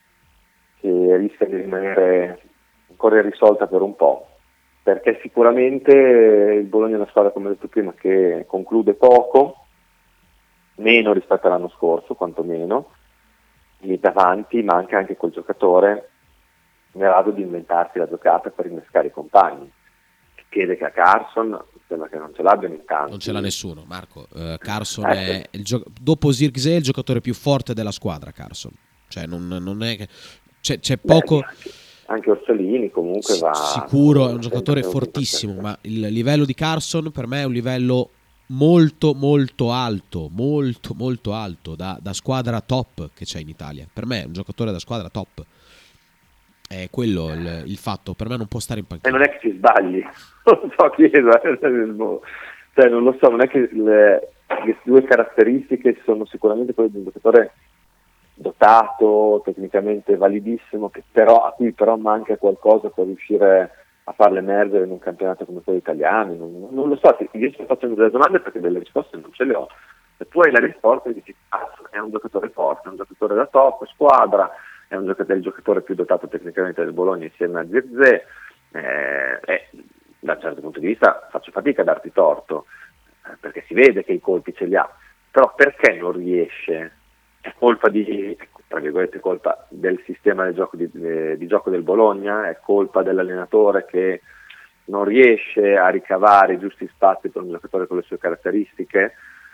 che rischia di rimanere ancora irrisolta per un po', perché sicuramente il Bologna è una squadra, come ho detto prima, che conclude poco, meno rispetto all'anno scorso, quantomeno, lì davanti manca anche quel giocatore in grado di inventarsi la giocata per innescare i compagni. Chiede che a Carson sembra che non ce l'abbiano in tanti. Non ce l'ha nessuno, Marco. Uh, Carson eh, è il gio- dopo Zirkzee il giocatore più forte della squadra. Carson, cioè non, non è che c'è, c'è poco. Beh, anche, anche Orsolini comunque S- va. Sicuro è un giocatore fortissimo, ma il livello di Carson per me è un livello molto molto alto, molto molto alto da, da squadra top che c'è in Italia. Per me è un giocatore da squadra top. È quello il, il fatto, per me non può stare in panchina. E non è che ci sbagli, non lo so, chiedo, eh. Cioè, non lo so, non è che le, le due caratteristiche sono sicuramente quelle di un giocatore dotato, tecnicamente validissimo, che però, a cui però manca qualcosa per riuscire a farle emergere in un campionato come quello italiano. Non, non lo so, io sto facendo delle domande perché delle risposte non ce le ho. Se tu hai la risposta e dici, ah, è un giocatore forte, è un giocatore da top, squadra, è un giocatore, il giocatore più dotato tecnicamente del Bologna insieme a Zirkzee, eh, eh, da un certo punto di vista faccio fatica a darti torto, eh, perché si vede che i colpi ce li ha, però perché non riesce? È colpa di, tra virgolette, colpa del sistema del gioco di, di, di gioco del Bologna? È colpa dell'allenatore che non riesce a ricavare i giusti spazi per un giocatore con le sue caratteristiche?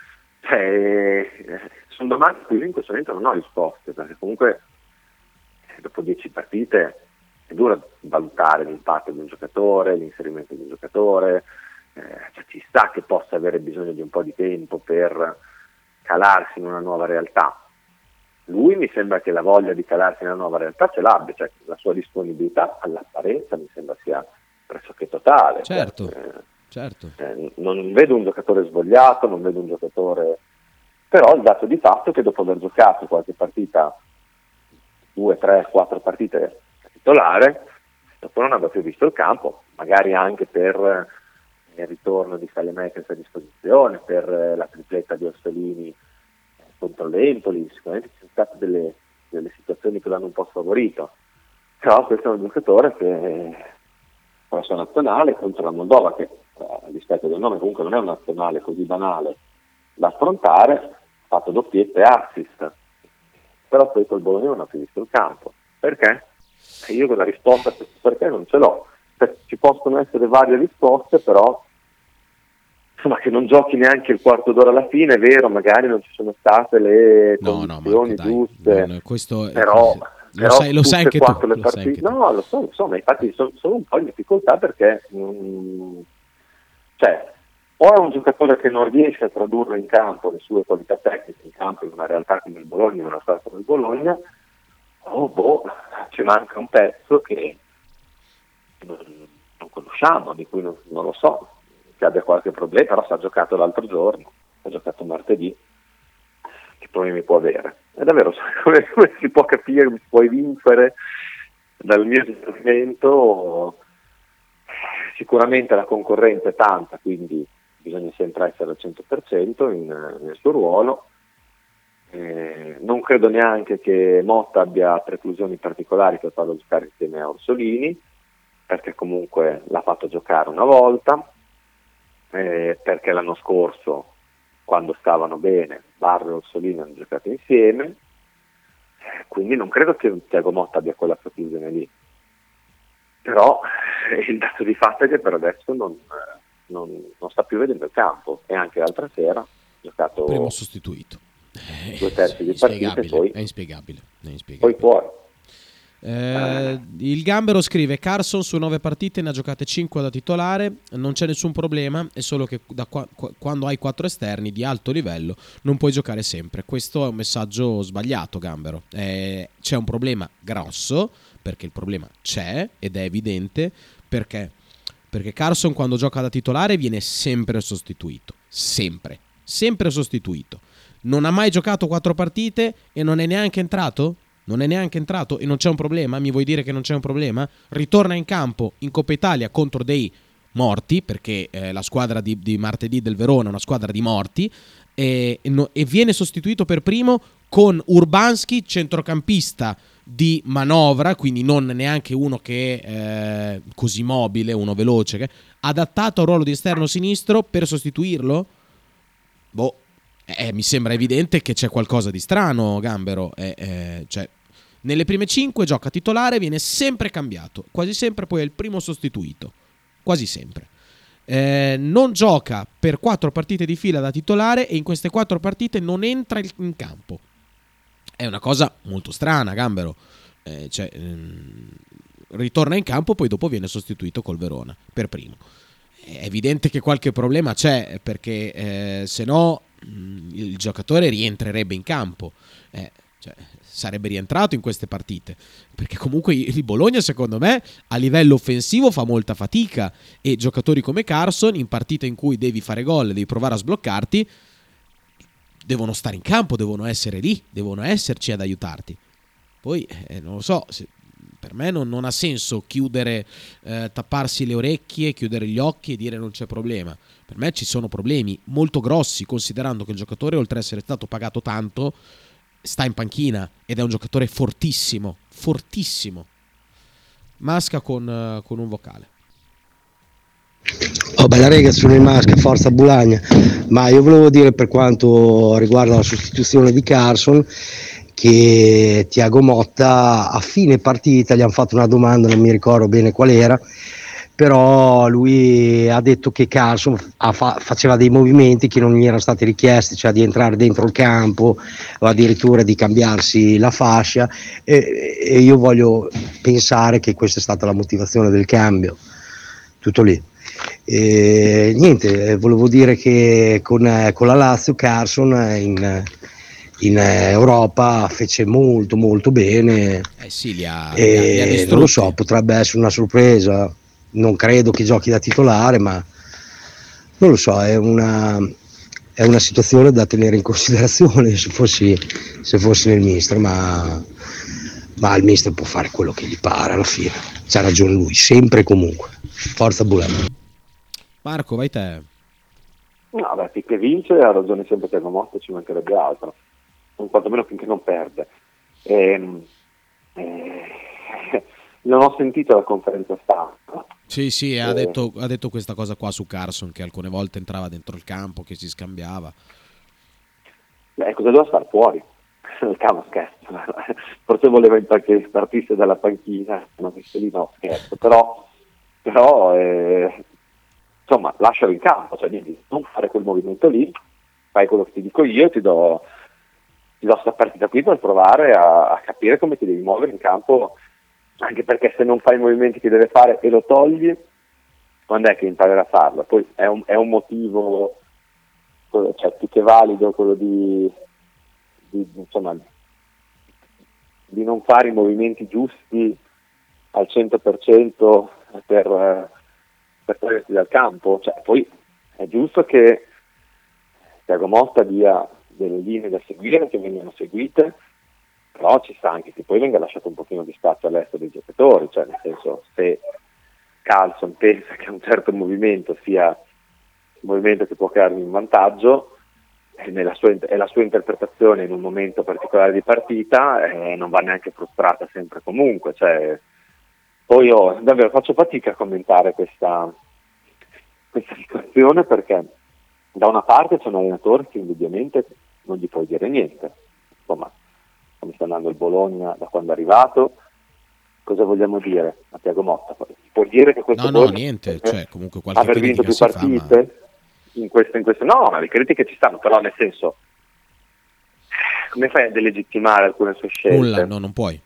Cioè, sono domande a cui io in questo momento non ho risposte, perché comunque dopo dieci partite è duro valutare l'impatto di un giocatore, l'inserimento di un giocatore, eh, cioè ci sta che possa avere bisogno di un po' di tempo per calarsi in una nuova realtà. Lui mi sembra che la voglia di calarsi in una nuova realtà ce l'abbia, cioè la sua disponibilità all'apparenza mi sembra sia pressoché totale. Certo, cioè, eh, certo. Eh, non vedo un giocatore svogliato, non vedo un giocatore, però il dato di fatto è che dopo aver giocato qualche partita, due, tre, quattro partite titolare, dopo non aveva più visto il campo, magari anche per il ritorno di Saelemaekers a disposizione, per la tripletta di Orsolini contro l'Empoli, sicuramente ci sono state delle, delle situazioni che l'hanno un po' sfavorito, però questo è un giocatore che con la sua nazionale contro la Moldova, che a rispetto del nome comunque non è un nazionale così banale da affrontare, ha fatto doppiette e assist, però poi col Bologna non ha più visto il campo. Perché? E io con la risposta a questo perché non ce l'ho. Ci possono essere varie risposte, però insomma, che non giochi neanche il quarto d'ora alla fine, è vero, magari non ci sono state le No, no, condizioni Marco, dai, giuste, non- questo è- però, lo però sai- lo sai tutte anche e tu, quattro le lo sai partite, anche tu. no, lo so, lo so, ma infatti sono, sono un po' in difficoltà perché mm, cioè, o è un giocatore che non riesce a tradurre in campo le sue qualità tecniche in campo in una realtà come il Bologna, in una squadra come il Bologna, o boh, ci manca un pezzo che non, non conosciamo, di cui non, non lo so, che abbia qualche problema, però si è giocato l'altro giorno, ha giocato martedì, che problemi può avere? È davvero, come, come si può capire, come si può evincere dal mio esperimento? Sicuramente la concorrenza è tanta, quindi bisogna sempre essere al cento per cento in, nel suo ruolo. Eh, non credo neanche che Motta abbia preclusioni particolari per farlo giocare insieme a Orsolini, perché comunque l'ha fatto giocare una volta, eh, perché l'anno scorso, quando stavano bene, Barro e Orsolini hanno giocato insieme, eh, quindi non credo che Thiago Motta abbia quella preclusione lì. Però eh, il dato di fatto è che per adesso non, eh, non, non sta più vedendo il campo, e anche l'altra sera ha giocato Primo sostituito. due terzi È di partita e inspiegabile, poi, è inspiegabile, è poi inspiegabile. fuori. Eh, il Gambero scrive: Carson su nove partite ne ha giocate cinque da titolare, non c'è nessun problema, è solo che da qua, qua- quando hai quattro esterni di alto livello non puoi giocare sempre. Questo è un messaggio sbagliato, Gambero. Eh, c'è un problema grosso, perché il problema c'è ed è evidente, perché perché Carson quando gioca da titolare viene sempre sostituito, sempre, sempre sostituito. Non ha mai giocato quattro partite e non è neanche entrato? Non è neanche entrato e non c'è un problema? Mi vuoi dire che non c'è un problema? Ritorna in campo in Coppa Italia contro dei morti, perché eh, la squadra di, di martedì del Verona è una squadra di morti, e, e, no, e viene sostituito per primo con Urbanski, centrocampista di manovra, quindi non neanche uno che è eh, così mobile, uno veloce, che, adattato al ruolo di esterno sinistro per sostituirlo? Boh. Eh, mi sembra evidente che c'è qualcosa di strano, Gambero. Eh, eh, cioè, nelle prime cinque gioca titolare, viene sempre cambiato, quasi sempre poi è il primo sostituito, quasi sempre. Eh, non gioca per quattro partite di fila da titolare e in queste quattro partite non entra in campo. È una cosa molto strana, Gambero. Eh, cioè, ehm, ritorna in campo, poi dopo viene sostituito col Verona per primo. È evidente che qualche problema c'è, perché eh, se no il giocatore rientrerebbe in campo, eh, cioè, sarebbe rientrato in queste partite, perché comunque il Bologna secondo me a livello offensivo fa molta fatica, e giocatori come Carson in partite in cui devi fare gol, devi provare a sbloccarti, devono stare in campo, devono essere lì, devono esserci ad aiutarti. Poi eh, non lo so, se, per me non, non ha senso chiudere, eh, tapparsi le orecchie, chiudere gli occhi e dire non c'è problema. Per me ci sono problemi molto grossi, considerando che il giocatore, oltre ad essere stato pagato tanto, sta in panchina ed è un giocatore fortissimo, fortissimo. Masca con, uh, con un vocale. Oh, bella rega, sono in Masca, forza Bulagna. Ma io volevo dire, per quanto riguarda la sostituzione di Carson, che Thiago Motta a fine partita gli hanno fatto una domanda, non mi ricordo bene qual era, però lui ha detto che Carson fa- faceva dei movimenti che non gli erano stati richiesti, cioè di entrare dentro il campo o addirittura di cambiarsi la fascia, e, e io voglio pensare che questa è stata la motivazione del cambio, tutto lì. E niente, volevo dire che con, con la Lazio Carson in, in Europa fece molto molto bene, eh sì, li ha, li ha, li ha e non lo so, potrebbe essere una sorpresa. Non credo che giochi da titolare, ma non lo so, è una, è una situazione da tenere in considerazione se fossi, se fossi nel mister, ma, ma il mister può fare quello che gli pare alla fine, c'ha ragione lui, sempre e comunque. Forza Bulano. Marco, vai te. No, beh, finché vince ha ragione sempre Thiago Motta, ci mancherebbe altro, non quantomeno finché non perde. Ehm, eh, non ho sentito la conferenza stampa. Sì, sì, eh, ha detto, ha detto questa cosa qua su Carson, che alcune volte entrava dentro il campo, che si scambiava. Beh, cosa doveva star fuori? Calma, scherzo. Forse voleva che partisse dalla panchina, ma questo lì no, scherzo. Però, però eh, insomma lascialo in campo, cioè di non fare quel movimento lì, fai quello che ti dico io, ti do ti do sta partita qui per provare a, a capire come ti devi muovere in campo, anche perché se non fai i movimenti che deve fare e lo togli, quando è che imparerà a farlo? Poi è un, è un motivo, cioè più che valido quello di, di insomma di non fare i movimenti giusti al cento per cento per per togliersi dal campo, cioè poi è giusto che Thiago Motta dia delle linee da seguire che vengano seguite, però ci sta anche che poi venga lasciato un pochino di spazio all'estero dei giocatori, cioè nel senso, se Carlson pensa che un certo movimento sia un movimento che può creargli un vantaggio, è, nella sua, è la sua interpretazione in un momento particolare di partita, e non va neanche frustrata sempre comunque, cioè poi io davvero faccio fatica a commentare questa, questa situazione, perché da una parte c'è un allenatore che indubbiamente non gli puoi dire niente, insomma come sta andando il Bologna da quando è arrivato, cosa vogliamo dire a Thiago Motta? Può dire che questo no no Bologna, niente, cioè comunque qualche aver vinto più critica si partite fa, ma... in queste, in queste no, ma le critiche ci stanno, però nel senso come fai a delegittimare alcune sue scelte? Nulla, no, non puoi.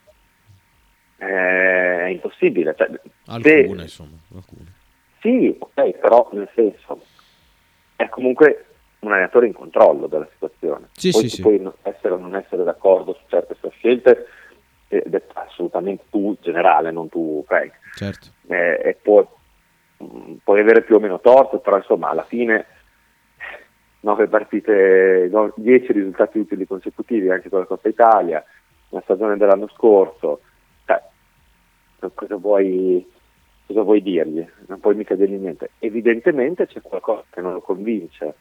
È impossibile, cioè, Alcune, se, insomma, alcune. Sì, ok, però nel senso è comunque un allenatore in controllo della situazione. Sì, Poi sì, tu sì. puoi essere o non essere d'accordo su certe sue scelte, ed è assolutamente tu generale, non tu Craig. Certo. Eh, e puoi, mh, puoi avere più o meno torto, però insomma alla fine nove partite, no, dieci risultati utili consecutivi anche con la Coppa Italia, la stagione dell'anno scorso, cioè, cosa vuoi, cosa vuoi dirgli? Non puoi mica dirgli niente. Evidentemente c'è qualcosa che non lo convince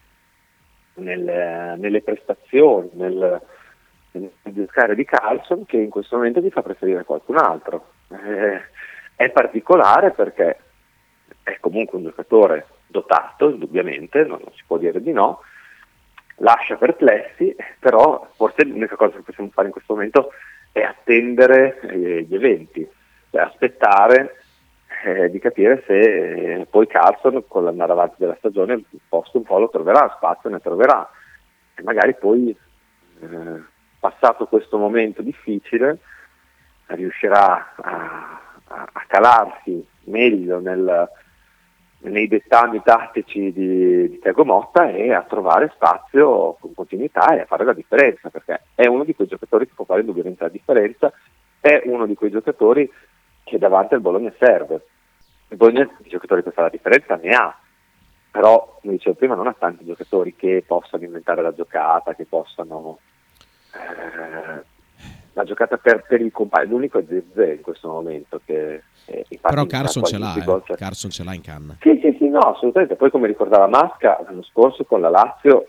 nel, nelle prestazioni, nel, nel giocare di Carlson, che in questo momento ti fa preferire qualcun altro. Eh, è particolare perché è comunque un giocatore dotato, indubbiamente, non, non si può dire di no, lascia perplessi, però forse l'unica cosa che possiamo fare in questo momento è attendere eh, gli eventi, cioè aspettare eh, di capire se eh, poi Carlson con l'andare avanti della stagione il posto un po' lo troverà, spazio ne troverà, e magari poi eh, passato questo momento difficile riuscirà a, a, a calarsi meglio nel nei dettagli tattici di, di Thiago Motta e a trovare spazio con continuità e a fare la differenza, perché è uno di quei giocatori che può fare indubbiamente la differenza, è uno di quei giocatori che davanti al Bologna serve. Il Bologna di giocatori per fare la differenza ne ha, però come dicevo prima non ha tanti giocatori che possano inventare la giocata, che possano eh, la giocata per, per il compagno. L'unico è Zezé in questo momento che eh, però Carlson ce l'ha, eh. Carlson ce l'ha in canna. Sì, sì, sì, no, assolutamente. Poi come ricordava Masca l'anno scorso con la Lazio,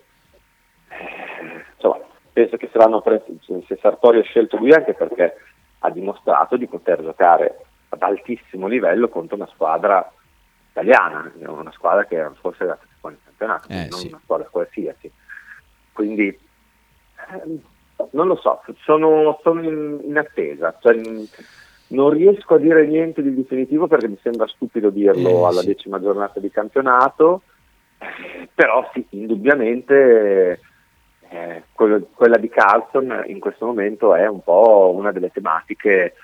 eh, insomma, penso che saranno pre- se Sartori ha scelto lui anche perché ha dimostrato di poter giocare ad altissimo livello contro una squadra italiana, una squadra che forse era fuori il campionato, eh, non sì. una squadra qualsiasi. Quindi eh, non lo so, sono, sono in, in attesa, cioè, in, non riesco a dire niente di definitivo perché mi sembra stupido dirlo eh, alla sì. decima giornata di campionato, eh, però sì, indubbiamente eh, quello, quella di Carlson in questo momento è un po' una delle tematiche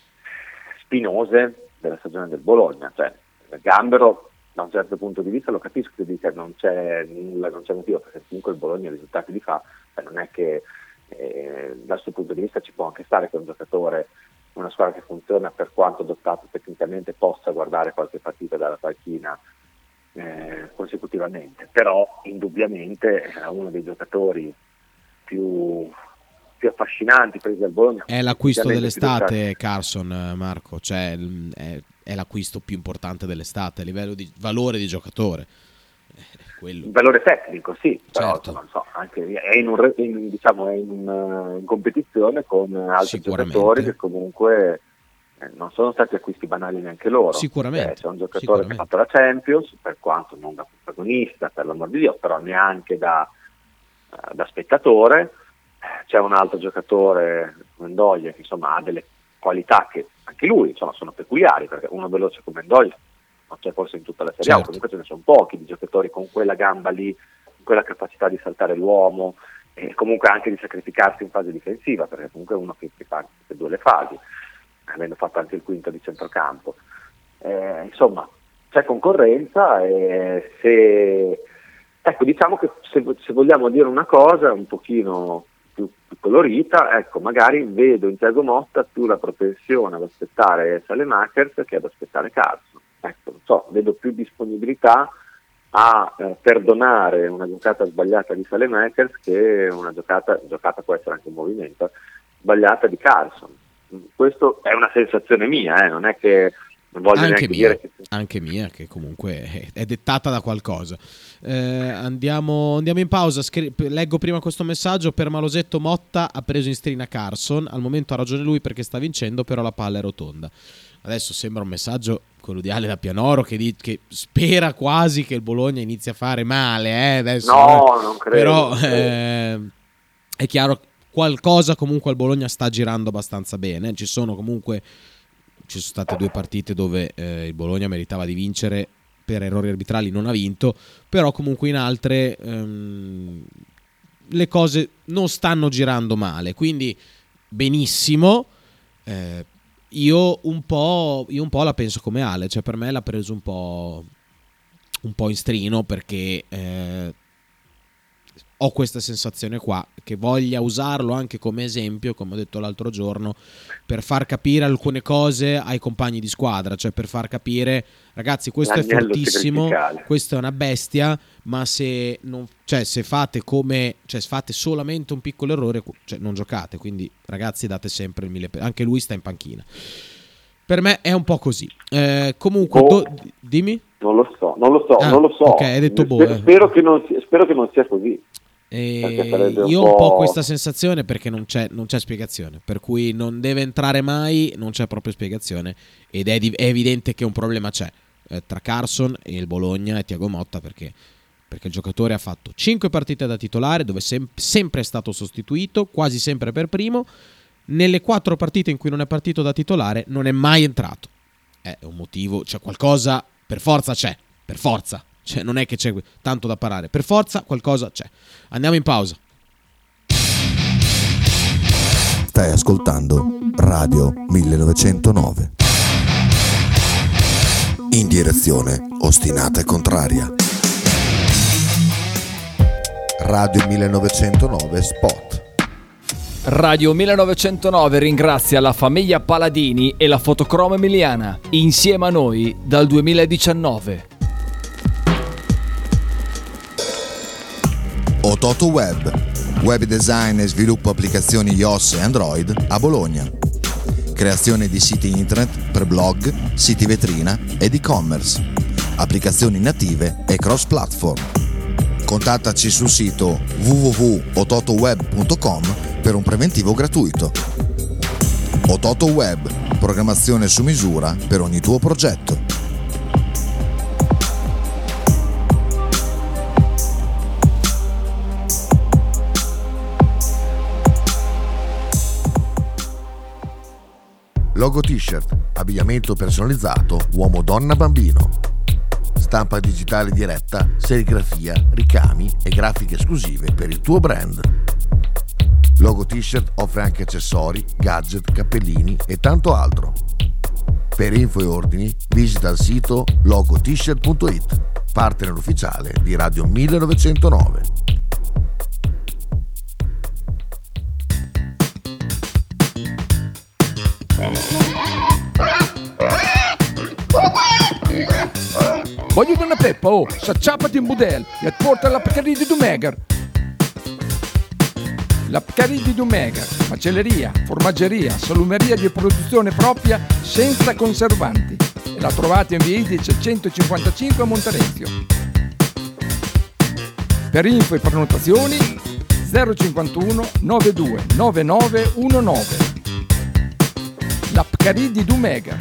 spinose della stagione del Bologna, cioè Gambero da un certo punto di vista lo capisco che dica non c'è nulla, non c'è motivo, perché comunque il Bologna i risultati li fa, cioè non è che eh, dal suo punto di vista ci può anche stare che un giocatore, una squadra che funziona per quanto dotato tecnicamente possa guardare qualche partita dalla panchina eh, consecutivamente, però indubbiamente è uno dei giocatori più, più affascinanti presi dal Bologna. È l'acquisto dell'estate Carlson, Marco, cioè è, è l'acquisto più importante dell'estate a livello di valore di giocatore. Quello. Il valore tecnico, sì, però certo. non so, anche è in, un, in, diciamo, è in, in competizione con altri giocatori che comunque eh, non sono stati acquisti banali neanche loro. Sicuramente. Eh, c'è un giocatore che ha fatto la Champions, per quanto non da protagonista, per l'amor di Dio, però neanche da, uh, da spettatore. C'è un altro giocatore, Mendoia, che insomma ha delle qualità che anche lui insomma sono peculiari, perché uno veloce come Mendoia ma c'è forse in tutta la Serie A, certo. comunque ce ne sono pochi di giocatori con quella gamba lì, con quella capacità di saltare l'uomo e comunque anche di sacrificarsi in fase difensiva, perché comunque è uno che, che fa tutte e due le fasi, avendo fatto anche il quinto di centrocampo. Eh, insomma, c'è concorrenza e se, ecco, diciamo che se, se vogliamo dire una cosa un pochino più, più colorita, ecco, magari vedo in Thiago Motta più la propensione ad aspettare Saelemaekers che ad aspettare Carlson. Ecco, non so, vedo più disponibilità a eh, perdonare una giocata sbagliata di Saelemaekers che una giocata, giocata può essere anche un movimento, sbagliata di Carlson. Questo è una sensazione mia, eh, non è che non voglio anche neanche mia, dire che... anche mia, che comunque è, è dettata da qualcosa. Eh, andiamo, andiamo in pausa. Scri- leggo prima questo messaggio. Per Malosetto, Motta ha preso in strina Carlson. Al momento ha ragione lui perché sta vincendo, però la palla è rotonda. Adesso sembra un messaggio, quello di Ale da Pianoro, che, di- che spera quasi che il Bologna inizi a fare male. Eh, adesso, No, non credo. Però non credo. eh, è chiaro, qualcosa comunque al Bologna sta girando abbastanza bene. Ci sono comunque... Ci sono state due partite dove eh, il Bologna meritava di vincere, per errori arbitrali non ha vinto, però comunque in altre ehm, le cose non stanno girando male, quindi benissimo. Eh, io un po' io un po' la penso come Ale, cioè per me l'ha preso un po' un po' in strino, perché eh, ho questa sensazione qua, che voglia usarlo anche come esempio, come ho detto l'altro giorno, per far capire alcune cose ai compagni di squadra, cioè per far capire, ragazzi, questo L'agnello è fortissimo, sacrificale. questa è una bestia, ma se non, cioè se fate come, cioè se fate solamente un piccolo errore, cioè non giocate, quindi ragazzi date sempre il mille per... anche lui sta in panchina. Per me è un po' così. Eh, comunque Boh. do... dimmi. Non lo so, non lo so, Ah, non lo so. ok, hai detto boh, Spero, eh. spero che non sia, spero che non sia così. Perché E sarebbe un io ho un po' po' questa sensazione, perché non c'è, non c'è spiegazione, per cui non deve entrare mai, non c'è proprio spiegazione, ed è, di- è evidente che un problema c'è eh, tra Carlson e il Bologna e Thiago Motta, perché, perché il giocatore ha fatto cinque partite da titolare dove sem- sempre è stato sostituito, quasi sempre per primo. Nelle quattro partite in cui non è partito da titolare non è mai entrato. È un motivo, c'è qualcosa, per forza c'è, per forza. Cioè, non è che c'è tanto da parare, per forza qualcosa c'è. Andiamo in pausa. Stai ascoltando Radio millenovecentonove. In direzione ostinata e contraria. Radio millenovecentonove Spot. Radio millenovecentonove ringrazia la famiglia Paladini e la Fotocromo Emiliana, insieme a noi dal duemiladiciannove. Ototo Web, web design e sviluppo applicazioni iOS e Android a Bologna. Creazione di siti internet per blog, siti vetrina ed e-commerce. Applicazioni native e cross-platform. Contattaci sul sito w w w punto ototoweb punto com per un preventivo gratuito. Ototo Web, programmazione su misura per ogni tuo progetto. Logo t-shirt, abbigliamento personalizzato uomo, donna, bambino. Stampa digitale diretta, serigrafia, ricami e grafiche esclusive per il tuo brand. Logo t-shirt offre anche accessori, gadget, cappellini e tanto altro. Per info e ordini visita il sito logo t shirt punto it, partner ufficiale di Radio millenovecentonove. Voglio una peppa, oh, s'acciappati in budel e porta la Pcaridi di Dumegar. La Pcaridi di Dumegar, macelleria, formaggeria, salumeria di produzione propria senza conservanti. E la trovate in via Idice centocinquantacinque a Monterezio. Per info e prenotazioni zero cinquantuno novantadue novantanove diciannove. La Pcaridi di Dumegar.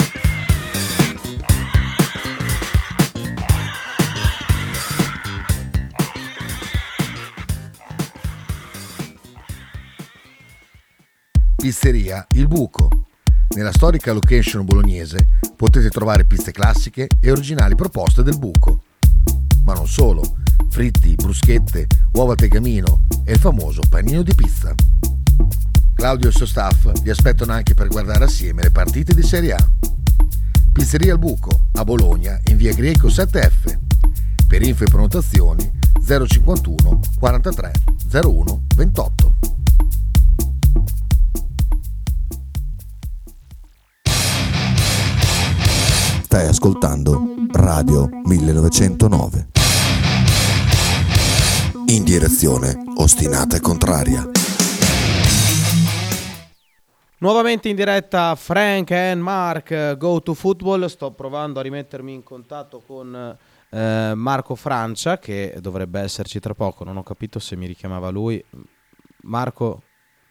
Pizzeria Il Buco. Nella storica location bolognese potete trovare piste classiche e originali proposte del buco. Ma non solo, fritti, bruschette, uova al tegamino e il famoso panino di pizza. Claudio e il suo staff vi aspettano anche per guardare assieme le partite di Serie A. Pizzeria al Buco, a Bologna, in via Greco sette F. Per info e prenotazioni zero cinquantuno quarantatré zero uno ventotto. Stai ascoltando Radio millenovecentonove. In direzione ostinata e contraria. Nuovamente in diretta Frank and Mark Go to Football. Sto provando a rimettermi in contatto con eh, Marco Francia, che dovrebbe esserci tra poco. Non ho capito se mi richiamava lui. Marco?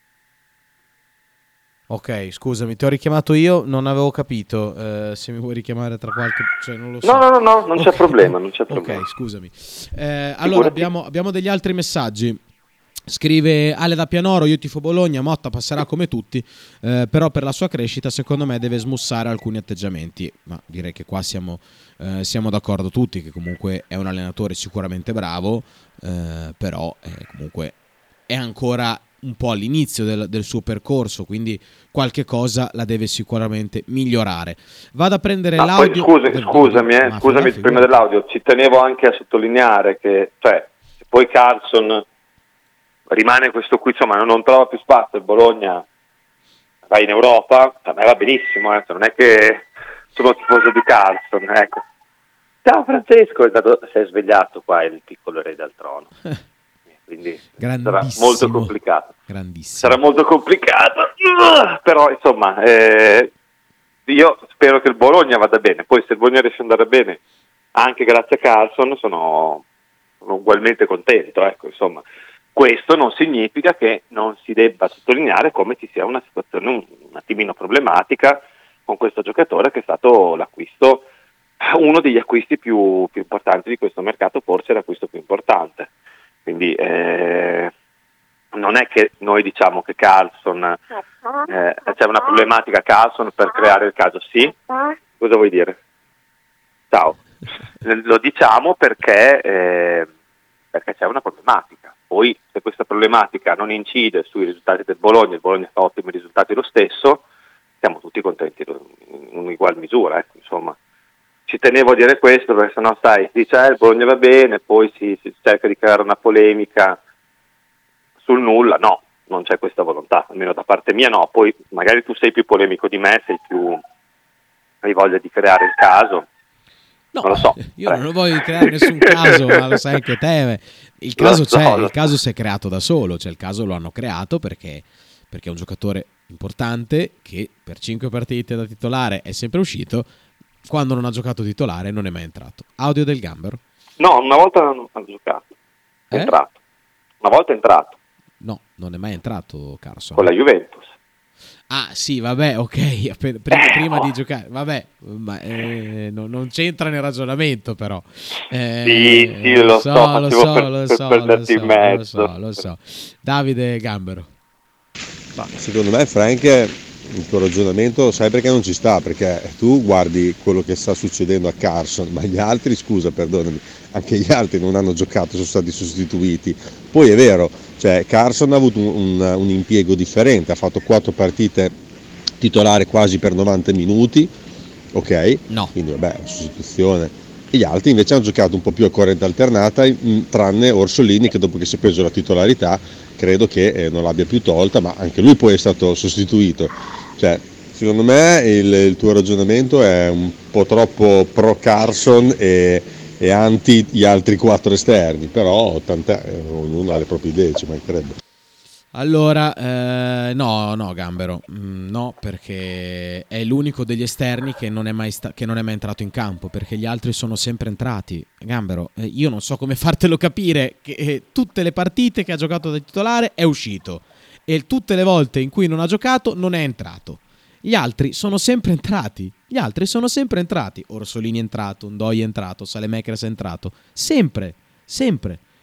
Ok, scusami, ti ho richiamato io, non avevo capito eh, se mi vuoi richiamare tra qualche... Cioè, non lo so. No, no, no, no non okay. c'è problema, non c'è problema. Ok, scusami. Eh, allora, abbiamo, abbiamo degli altri messaggi. Scrive Ale da Pianoro: io tifo Bologna, Motta passerà come tutti, eh, però per la sua crescita secondo me deve smussare alcuni atteggiamenti. Ma direi che qua siamo, eh, siamo d'accordo tutti, che comunque è un allenatore sicuramente bravo, eh, però eh, comunque è ancora un po' all'inizio del, del suo percorso, quindi qualche cosa la deve sicuramente migliorare. Vado a prendere ah, l'audio. Poi, scusi, scusami, eh, scusami prima dell'audio, ci tenevo anche a sottolineare che, cioè, se poi Carlson rimane questo qui, insomma, non trova più spazio, il Bologna va in Europa, a me va benissimo, eh, non è che sono tifoso di Carlson, ecco. Ciao Francesco, è dato, si è svegliato qua il piccolo re del trono. Quindi sarà molto complicato. Sarà molto complicato, però insomma, eh, io spero che il Bologna vada bene. Poi se il Bologna riesce ad andare bene, anche grazie a Carlson, sono, sono ugualmente contento. Ecco, insomma, questo non significa che non si debba sottolineare come ci sia una situazione un, un attimino problematica con questo giocatore, che è stato l'acquisto, uno degli acquisti più, più importanti di questo mercato, forse l'acquisto più importante. Quindi eh, non è che noi diciamo che Carlson eh, c'è una problematica Carlson per creare il caso, sì? Cosa vuoi dire? Ciao. Lo diciamo perché, eh, perché c'è una problematica. Poi se questa problematica non incide sui risultati del Bologna, il Bologna fa ottimi risultati lo stesso, siamo tutti contenti in ugual misura, ecco, insomma. Ci tenevo a dire questo perché sennò sai, dice eh, il Bologna va bene, poi si, si cerca di creare una polemica sul nulla. No, non c'è questa volontà, almeno da parte mia no. Poi magari tu sei più polemico di me, sei più, hai voglia di creare il caso. No, non lo so. Io Prego. non voglio creare nessun caso, ma lo sai anche te. Il caso so, c'è, il caso si è creato da solo, cioè il caso lo hanno creato perché, perché è un giocatore importante che per cinque partite da titolare è sempre uscito. Quando non ha giocato titolare non è mai entrato. Audio del Gambero? No, una volta non ha giocato. È eh? entrato. Una volta è entrato. No, non è mai entrato Carlson. Con la Juventus. Ah sì, vabbè, ok. Prima, eh, prima oh. di giocare, vabbè, ma eh, no, non c'entra nel ragionamento però. Eh, sì, sì, lo so, so lo so, per, lo, per so lo, so lo so, lo so. Davide Gambero. Ma secondo me Frank, il tuo ragionamento sai perché non ci sta, perché tu guardi quello che sta succedendo a Carlson, ma gli altri, scusa, perdonami, anche gli altri non hanno giocato, sono stati sostituiti. Poi è vero, cioè Carlson ha avuto un, un, un impiego differente, ha fatto quattro partite titolare quasi per novanta minuti, ok? No. Quindi vabbè, sostituzione. E gli altri invece hanno giocato un po' più a corrente alternata, tranne Orsolini, che dopo che si è preso la titolarità credo che eh, non l'abbia più tolta, ma anche lui poi è stato sostituito. Cioè, secondo me il, il tuo ragionamento è un po' troppo pro Carlson e, e anti gli altri quattro esterni, però tant'è, eh, ognuno ha le proprie idee, ci mancherebbe. Allora, eh, no, no Gambero, mm, no, perché è l'unico degli esterni che non è mai sta- che non è mai entrato in campo, perché gli altri sono sempre entrati. Gambero, eh, io non so come fartelo capire che eh, tutte le partite che ha giocato da titolare è uscito e tutte le volte in cui non ha giocato non è entrato. Gli altri sono sempre entrati, gli altri sono sempre entrati. Orsolini è entrato, Ndoi è entrato, Saelemaekers è entrato, sempre, sempre.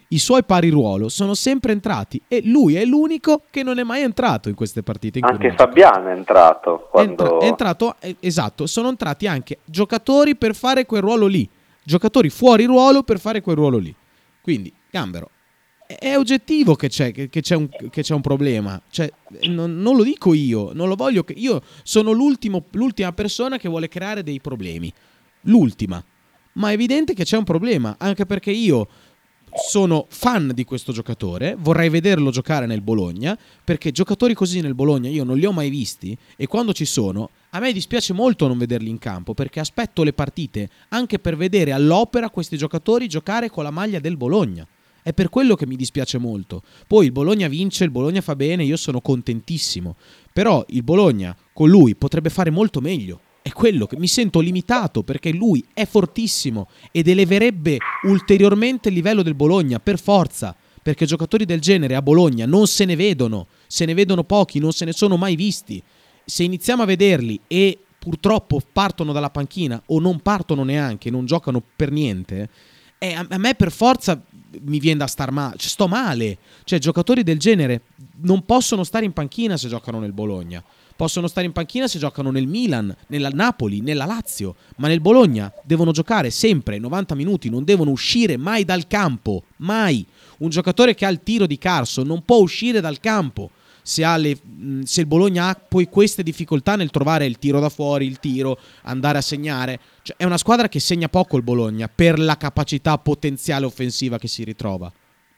i suoi pari ruolo sono sempre entrati e lui è l'unico che non è mai entrato in queste partite. In anche Fabiano è entrato quando... è, entra- è entrato eh, esatto, sono entrati anche giocatori per fare quel ruolo lì, giocatori fuori ruolo per fare quel ruolo lì. Quindi Gambero è, è oggettivo che c'è, che, che c'è un, che c'è un problema, cioè, non, non lo dico io, non lo voglio che io sono l'ultimo, l'ultima persona che vuole creare dei problemi, l'ultima, ma è evidente che c'è un problema, anche perché io sono fan di questo giocatore, vorrei vederlo giocare nel Bologna, perché giocatori così nel Bologna io non li ho mai visti, e quando ci sono a me dispiace molto non vederli in campo, perché aspetto le partite anche per vedere all'opera questi giocatori giocare con la maglia del Bologna. È per quello che mi dispiace molto. Poi il Bologna vince, il Bologna fa bene, io sono contentissimo, però il Bologna con lui potrebbe fare molto meglio. È quello che mi sento limitato, perché lui è fortissimo ed eleverebbe ulteriormente il livello del Bologna per forza, perché giocatori del genere a Bologna non se ne vedono, se ne vedono pochi, non se ne sono mai visti. Se iniziamo a vederli e purtroppo partono dalla panchina o non partono neanche, non giocano per niente, eh, a, a me per forza mi viene da star male, cioè, sto male. Cioè giocatori del genere non possono stare in panchina se giocano nel Bologna. Possono stare in panchina se giocano nel Milan, nella Napoli, nella Lazio, ma nel Bologna devono giocare sempre novanta minuti, non devono uscire mai dal campo, mai. Un giocatore che ha il tiro di Carso non può uscire dal campo se, ha le, se il Bologna ha poi queste difficoltà nel trovare il tiro da fuori, il tiro, andare a segnare. Cioè, è una squadra che segna poco il Bologna per la capacità potenziale offensiva che si ritrova.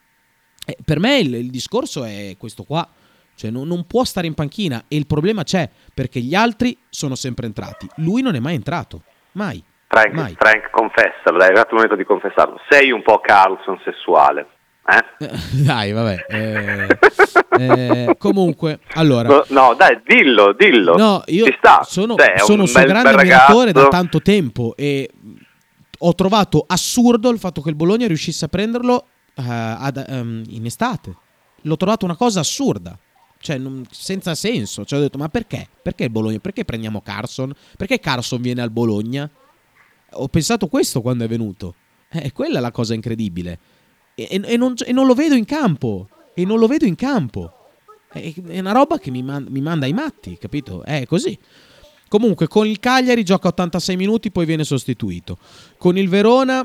E per me il, il discorso è questo qua. Cioè non, non può stare in panchina, e il problema c'è perché gli altri sono sempre entrati, lui non è mai entrato, mai. Frank, mai. Frank confessalo, dai, è arrivato il momento di confessarlo, sei un po' Carlson sessuale, eh? Eh, dai vabbè eh, eh, comunque allora no, no dai dillo dillo no, io ci sta. sono, Dai, sono un suo bel, grande bel ammiratore ragazzo. da tanto tempo, e ho trovato assurdo il fatto che il Bologna riuscisse a prenderlo uh, ad, um, in estate. L'ho trovato una cosa assurda, cioè non, senza senso. Cioè ho detto, ma perché? Perché il Bologna? Perché prendiamo Carson? Perché Carson viene al Bologna? Ho pensato questo quando è venuto. Eh, quella è la cosa incredibile. E, e, e, non, e non lo vedo in campo. E non lo vedo in campo. È, è una roba che mi, man, mi manda ai matti, capito? È così. Comunque con il Cagliari gioca ottantasei minuti, poi viene sostituito. Con il Verona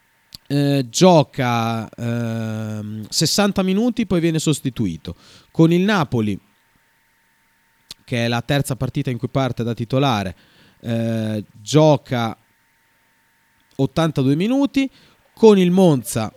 Eh, gioca eh, sessanta minuti, poi viene sostituito. Con il Napoli, che è la terza partita in cui parte da titolare, eh, gioca ottantadue minuti. Con il Monza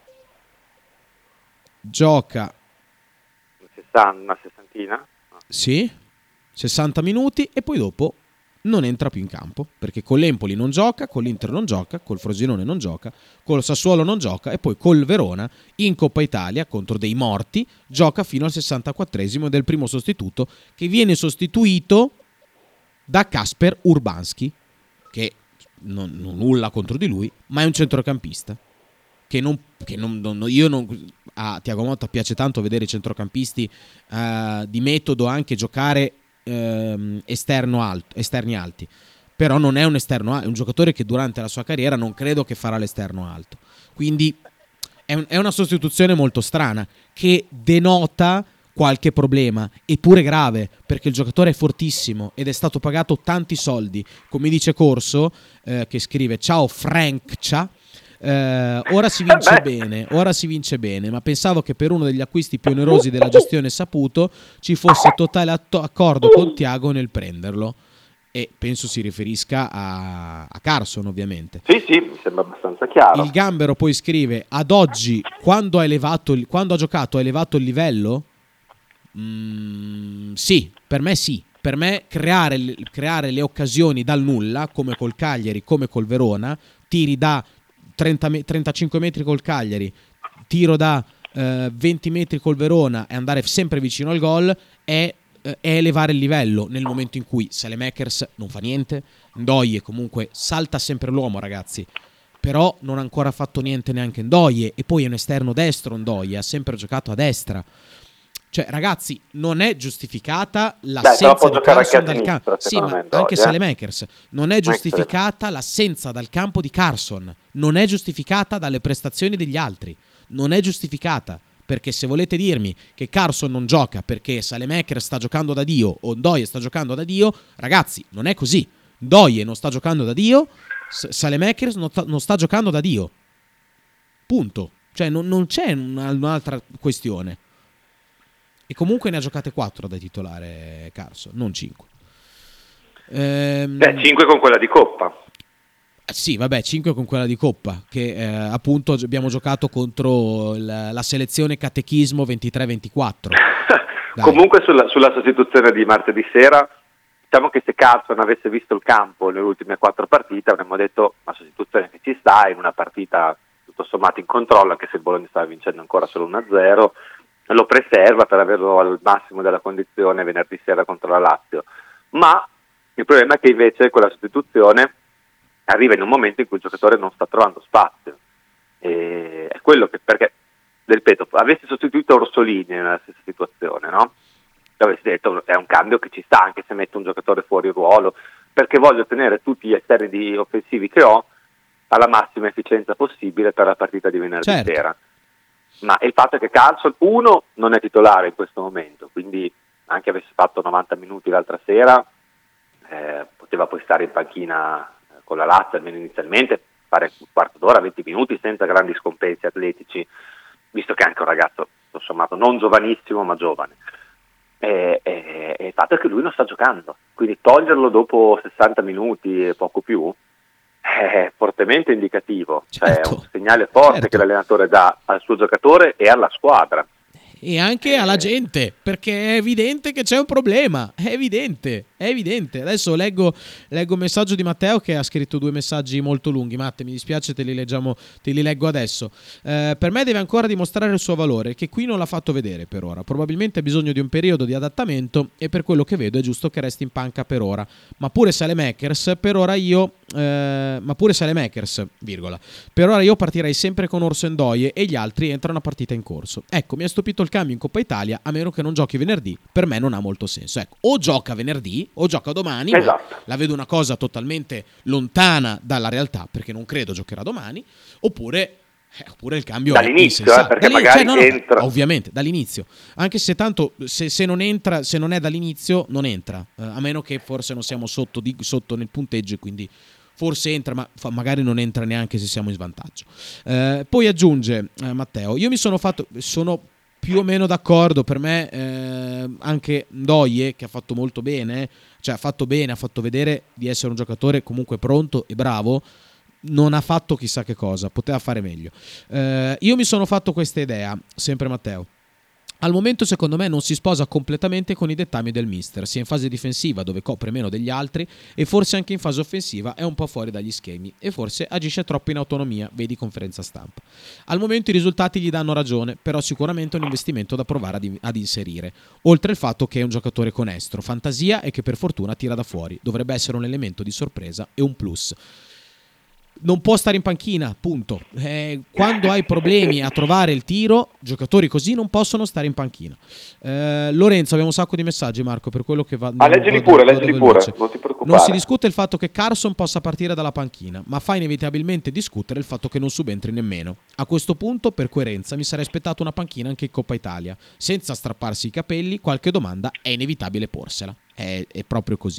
gioca una sessantina? sì, sessanta minuti, e poi dopo non entra più in campo, perché con l'Empoli non gioca, con l'Inter non gioca, col Frosinone non gioca, col Sassuolo non gioca, e poi col Verona in Coppa Italia contro dei morti gioca fino al sessantaquattresimo del primo sostituto, che viene sostituito da Kasper Urbanski, che non, non nulla contro di lui, ma è un centrocampista che non, che non, non io non a Thiago Motta piace tanto vedere i centrocampisti uh, di metodo anche giocare Ehm, esterno alto, esterni alti, però non è un esterno alto, è un giocatore che durante la sua carriera non credo che farà l'esterno alto, quindi è, un, è una sostituzione molto strana che denota qualche problema, eppure grave, perché il giocatore è fortissimo ed è stato pagato tanti soldi, come dice Corso, eh, che scrive ciao Frankcia. Uh, ora si vince bene, ora si vince bene, ma pensavo che per uno degli acquisti più onerosi della gestione Saputo ci fosse totale atto- accordo con Thiago nel prenderlo, e penso si riferisca a, a Carson, ovviamente. Sì, sì, mi sembra abbastanza chiaro. Il Gambero poi scrive: ad oggi, quando ha elevato il, quando ha giocato, ha elevato il livello? Mm, sì, per me sì. Per me creare, creare le occasioni dal nulla, come col Cagliari, come col Verona, tiri da trenta, trentacinque metri col Cagliari, tiro da eh, venti metri col Verona e andare sempre vicino al gol, è, eh, è elevare il livello nel momento in cui Saelemaekers non fa niente, Ndoye comunque salta sempre l'uomo, ragazzi, però non ha ancora fatto niente neanche Ndoye, e poi è un esterno destro Ndoye, ha sempre giocato a destra. Cioè, ragazzi, non è giustificata l'assenza di Carson dal campo. Sì, ma anche eh? Saelemaekers. Non è giustificata l'assenza dal campo di Carson. Non è giustificata dalle prestazioni degli altri. non è giustificata. Perché se volete dirmi che Carson non gioca perché Saelemaekers sta giocando da Dio o Ndoye sta giocando da Dio, ragazzi, non è così. Ndoye non sta giocando da Dio, Saelemaekers non, non sta giocando da Dio. Punto. Cioè non, non c'è una, un'altra questione. E comunque ne ha giocate quattro da titolare Carson, non cinque. Ehm... Beh, cinque con quella di Coppa. Sì, vabbè, cinque con quella di Coppa, che eh, appunto abbiamo giocato contro la, la selezione catechismo ventitré ventiquattro. Comunque sulla, sulla sostituzione di martedì sera, diciamo che se Carson avesse visto il campo nelle ultime quattro partite avremmo detto una sostituzione che ci sta in una partita tutto sommato in controllo, anche se il Bologna stava vincendo ancora solo uno a zero, lo preserva per averlo al massimo della condizione venerdì sera contro la Lazio. Ma il problema è che invece quella sostituzione arriva in un momento in cui il giocatore non sta trovando spazio, e è quello che, perché ripeto, avessi sostituito Orsolini nella stessa situazione, no? Avessi detto è un cambio che ci sta anche se metto un giocatore fuori ruolo, perché voglio tenere tutti gli esterni di offensivi che ho alla massima efficienza possibile per la partita di venerdì certo. sera. Ma il fatto è che Carson, uno, non è titolare in questo momento, quindi anche avesse fatto novanta minuti l'altra sera eh, poteva poi stare in panchina con la Lazio almeno inizialmente, fare un quarto d'ora, venti minuti senza grandi scompensi atletici, visto che è anche un ragazzo tutto sommato non giovanissimo ma giovane. E, e, e il fatto è che lui non sta giocando, quindi toglierlo dopo sessanta minuti e poco più è fortemente indicativo, certo. Cioè è un segnale forte certo. che l'allenatore dà al suo giocatore e alla squadra. E anche alla gente, perché è evidente che c'è un problema, è evidente, è evidente. Adesso leggo, leggo un messaggio di Matteo che ha scritto due messaggi molto lunghi. Matte, mi dispiace, te li leggiamo, te li leggo adesso. Eh, per me deve ancora dimostrare il suo valore, che qui non l'ha fatto vedere per ora. Probabilmente ha bisogno di un periodo di adattamento e per quello che vedo è giusto che resti in panca per ora. Ma pure Saelemaekers, per ora io... Eh, ma pure Saelemaekers, virgola. Per ora io partirei sempre con Orso e Ndoye e gli altri entrano a partita in corso. Ecco, mi ha stupito il cambio in Coppa Italia, a meno che non giochi venerdì, per me non ha molto senso. Ecco, o gioca venerdì o gioca domani, esatto. La vedo una cosa totalmente lontana dalla realtà, perché non credo giocherà domani, oppure eh, oppure il cambio dall'inizio, è eh, perché magari cioè, no, no, entra ovviamente dall'inizio, anche se tanto se, se non entra, se non è dall'inizio non entra, eh, a meno che forse non siamo sotto, di, sotto nel punteggio e quindi forse entra, ma fa, magari non entra neanche se siamo in svantaggio. Eh, poi aggiunge eh, Matteo, io mi sono fatto, sono più o meno d'accordo, per me eh, anche Ndoye, che ha fatto molto bene, cioè ha fatto bene, ha fatto vedere di essere un giocatore comunque pronto e bravo, non ha fatto chissà che cosa, poteva fare meglio. Eh, io mi sono fatto questa idea, sempre Matteo. Al momento secondo me non si sposa completamente con i dettami del mister, sia in fase difensiva dove copre meno degli altri e forse anche in fase offensiva è un po' fuori dagli schemi e forse agisce troppo in autonomia, vedi conferenza stampa. Al momento i risultati gli danno ragione, però sicuramente è un investimento da provare ad, ad inserire, oltre al fatto che è un giocatore con estro, fantasia e che per fortuna tira da fuori, dovrebbe essere un elemento di sorpresa e un plus. Non può stare in panchina, punto. Eh, quando hai problemi a trovare il tiro, giocatori così non possono stare in panchina. Eh, Lorenzo, abbiamo un sacco di messaggi, Marco, per quello che va. Ah, leggili pure, leggili pure, non ti preoccupare. Non si discute il fatto che Carson possa partire dalla panchina, ma fa inevitabilmente discutere il fatto che non subentri nemmeno. A questo punto, per coerenza, mi sarei aspettato una panchina anche in Coppa Italia. Senza strapparsi i capelli, qualche domanda è inevitabile porsela. È, è proprio così.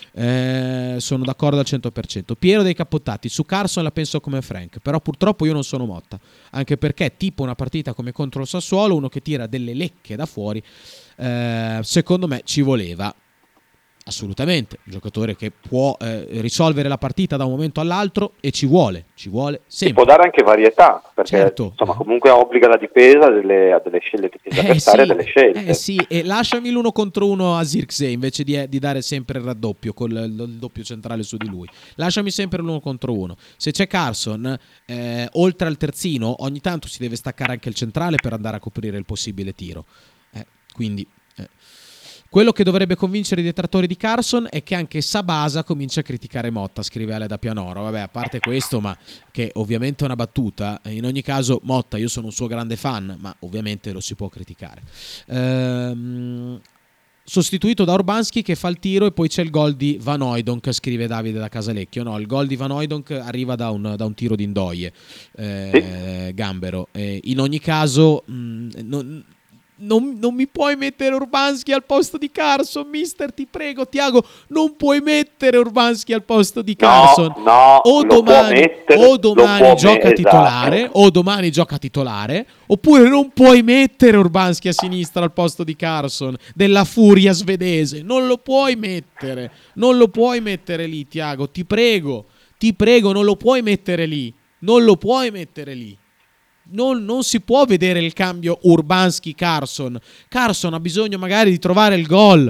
Eh, sono d'accordo al cento per cento. Piero dei Cappottati, su Carson la penso come Frank, però purtroppo io non sono Motta, anche perché tipo una partita come contro il Sassuolo, uno che tira delle lecche da fuori, eh, secondo me ci voleva assolutamente un giocatore che può eh, risolvere la partita da un momento all'altro, e ci vuole, ci vuole sempre. Si può dare anche varietà, perché certo. Insomma comunque obbliga la difesa a delle, a delle scelte che eh, sì, delle scelte. Eh sì, e lasciami l'uno contro uno a Zirkzee invece di, di dare sempre il raddoppio con il, il doppio centrale su di lui. Lasciami sempre l'uno contro uno. Se c'è Carson, eh, oltre al terzino, ogni tanto si deve staccare anche il centrale per andare a coprire il possibile tiro. Eh, quindi eh. Quello che dovrebbe convincere i detrattori di Carson è che anche Sabasa comincia a criticare Motta, scrive Ale da Pianoro. Vabbè, a parte questo, ma che ovviamente è una battuta, in ogni caso Motta, io sono un suo grande fan, ma ovviamente lo si può criticare. Ehm... sostituito da Urbanski che fa il tiro e poi c'è il gol di Van Hooijdonk, scrive Davide da Casalecchio. No, il gol di Van Hooijdonk arriva da un, da un tiro di Ndoye, eh, sì. Gambero. Eh, in ogni caso, mh, non, non, non mi puoi mettere Urbanski al posto di Carson, mister, ti prego. Tiago, non puoi mettere Urbanski al posto di Carson. No, no, o domani, mettere, o domani gioca me- titolare, esatto. o domani gioca titolare, oppure non puoi mettere Urbanski a sinistra al posto di Carson, della furia svedese. Non lo puoi mettere, non lo puoi mettere lì, Tiago, ti prego, ti prego, non lo puoi mettere lì, non lo puoi mettere lì. Non, non si può vedere il cambio Urbanski-Carson. Carson ha bisogno magari di trovare il gol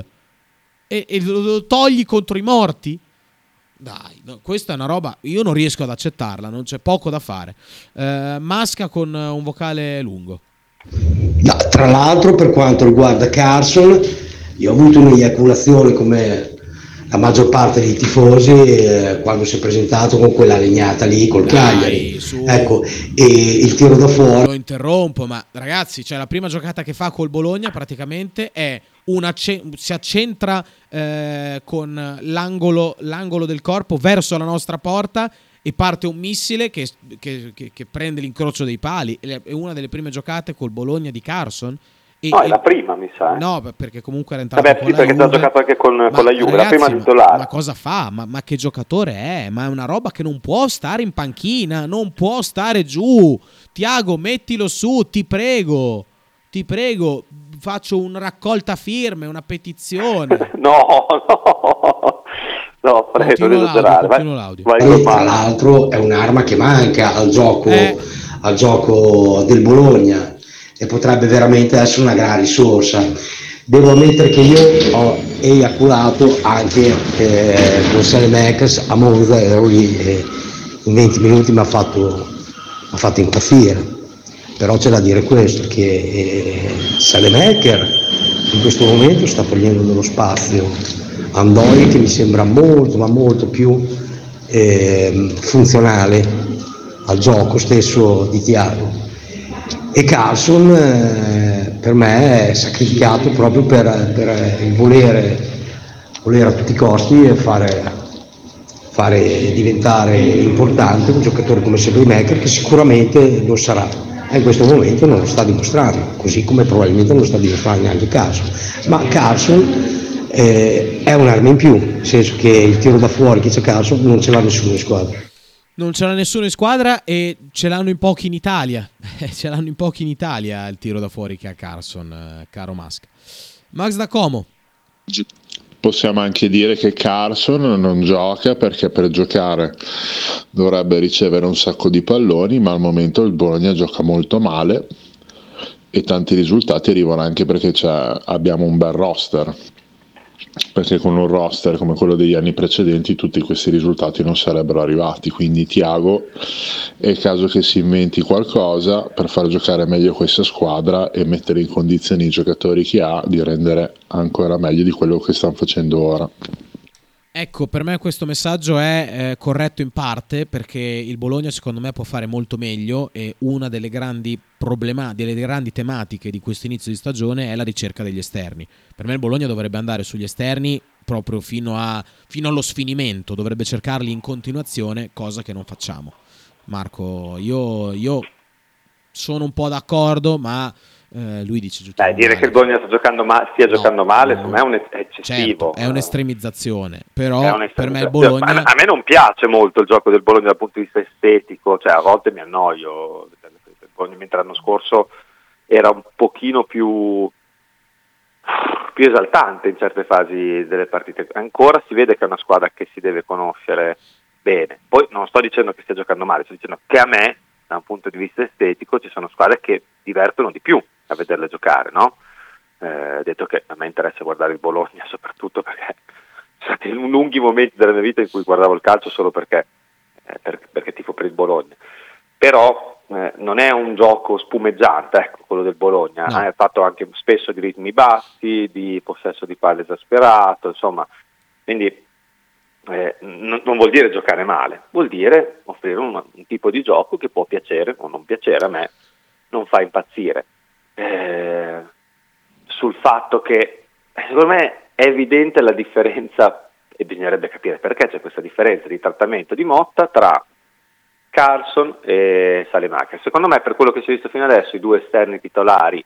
e, e lo, lo togli contro i morti? Dai, no, questa è una roba, io non riesco ad accettarla, non c'è poco da fare. eh, Masca con un vocale lungo. No, tra l'altro, per quanto riguarda Carson, io ho avuto un'eiaculazione come la maggior parte dei tifosi eh, quando si è presentato con quella legnata lì col Cagliari, ecco, e il tiro da fuori. Lo interrompo, ma ragazzi, cioè la prima giocata che fa col Bologna praticamente è una ce- si accentra eh, con l'angolo, l'angolo del corpo verso la nostra porta e parte un missile che, che, che, che prende l'incrocio dei pali. È una delle prime giocate col Bologna di Carson. E, no, è la prima, mi sa. Eh. No, perché comunque era entrato Vabbè, con sì, la perché Juve. ha giocato anche con, ma, con la Juve, ragazzi, la prima titolare. Ma, ma cosa fa? Ma, ma che giocatore è? Ma è una roba che non può stare in panchina, non può stare giù. Tiago, mettilo su, ti prego. Ti prego, faccio una raccolta firme, una petizione. no, no. No, prego, non esagerare. Vai, vai e tra l'altro è un'arma che manca al gioco, eh. al gioco del Bologna e potrebbe veramente essere una gran risorsa. Devo ammettere che io ho eiaculato anche eh, con Saelemaekers a Monza, ero lì e in venti minuti mi ha fatto, m'ha fatto impazzire. Però c'è da dire questo, che eh, Saelemaekers in questo momento sta togliendo dello spazio a Ndoye, che mi sembra molto ma molto più eh, funzionale al gioco stesso di Thiago. E Carson eh, per me è sacrificato proprio per, per il volere, volere a tutti i costi e fare, fare diventare importante un giocatore come Saelemaekers, che sicuramente lo sarà. E in questo momento non lo sta dimostrando, così come probabilmente non lo sta dimostrando neanche Carson. Ma Carson eh, è un'arma in più, nel senso che il tiro da fuori che c'è Carson non ce l'ha nessuno in squadra. Non ce l'ha nessuno in squadra e ce l'hanno in pochi in Italia. Ce l'hanno in pochi in Italia il tiro da fuori che ha Carson, eh, caro Masca. Max da Como. Possiamo anche dire che Carson non gioca perché per giocare dovrebbe ricevere un sacco di palloni, ma al momento il Bologna gioca molto male e tanti risultati arrivano anche perché c'è, abbiamo un bel roster. Perché con un roster come quello degli anni precedenti tutti questi risultati non sarebbero arrivati, quindi Thiago è il caso che si inventi qualcosa per far giocare meglio questa squadra e mettere in condizioni i giocatori che ha di rendere ancora meglio di quello che stanno facendo ora. Ecco, per me questo messaggio è eh, corretto in parte, perché il Bologna secondo me può fare molto meglio e una delle grandi problema, delle grandi tematiche di questo inizio di stagione è la ricerca degli esterni. Per me il Bologna dovrebbe andare sugli esterni proprio fino, a, fino allo sfinimento, dovrebbe cercarli in continuazione, cosa che non facciamo. Marco, io, io sono un po' d'accordo, ma eh, lui dice Dai, dire male. Che il Bologna sta giocando ma- stia no, giocando male, no, secondo me è un eccessivo. Certo, è un'estremizzazione, però è un'estremizzazione. Per me il Bologna... A me non piace molto il gioco del Bologna dal punto di vista estetico, cioè a volte mi annoio, mentre l'anno scorso era un pochino più, più esaltante in certe fasi delle partite. Ancora si vede che è una squadra che si deve conoscere bene. Poi non sto dicendo che stia giocando male, sto dicendo che a me, da un punto di vista estetico, ci sono squadre che divertono di più a vederle giocare, no? Eh, detto che a me interessa guardare il Bologna soprattutto perché sono stati lunghi momenti della mia vita in cui guardavo il calcio solo perché, eh, per, perché tifo per il Bologna. Però eh, non è un gioco spumeggiante, ecco, quello del Bologna, no. È fatto anche spesso di ritmi bassi, di possesso di palle esasperato, insomma, quindi eh, n- non vuol dire giocare male, vuol dire offrire un, un tipo di gioco che può piacere o non piacere, a me non fa impazzire. Eh, sul fatto che Secondo me è evidente la differenza, e bisognerebbe capire perché c'è questa differenza di trattamento di Motta tra Carlson e Salemaker. Secondo me, per quello che si è visto fino adesso, i due esterni titolari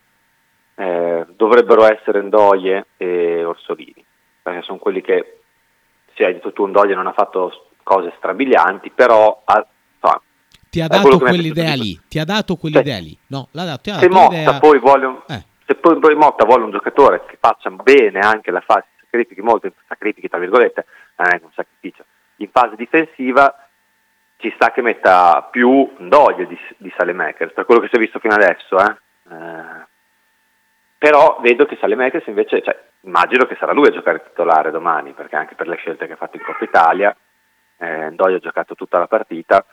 eh, dovrebbero essere Ndoye e Orsolini, perché sono quelli che, se hai detto tu, Ndoye non ha fatto cose strabilianti, però ha, no, ti ha dato quell'idea lì, ti ha dato quell'idea cioè, lì. No, l'ha dato, ti ha se dato Motta l'idea... poi vuole un, eh. se poi, poi Motta vuole un giocatore che faccia bene anche la fase, sacrifichi molto, sacrifichi tra virgolette, eh, un sacrificio in fase difensiva, ci sta che metta più Ndoye di, di Salemaker, per quello che si è visto fino adesso, eh. Eh, però vedo che Salemaker invece, cioè, immagino che sarà lui a giocare titolare domani, perché anche per le scelte che ha fatto in Coppa Italia, eh, Ndoye ha giocato tutta la partita,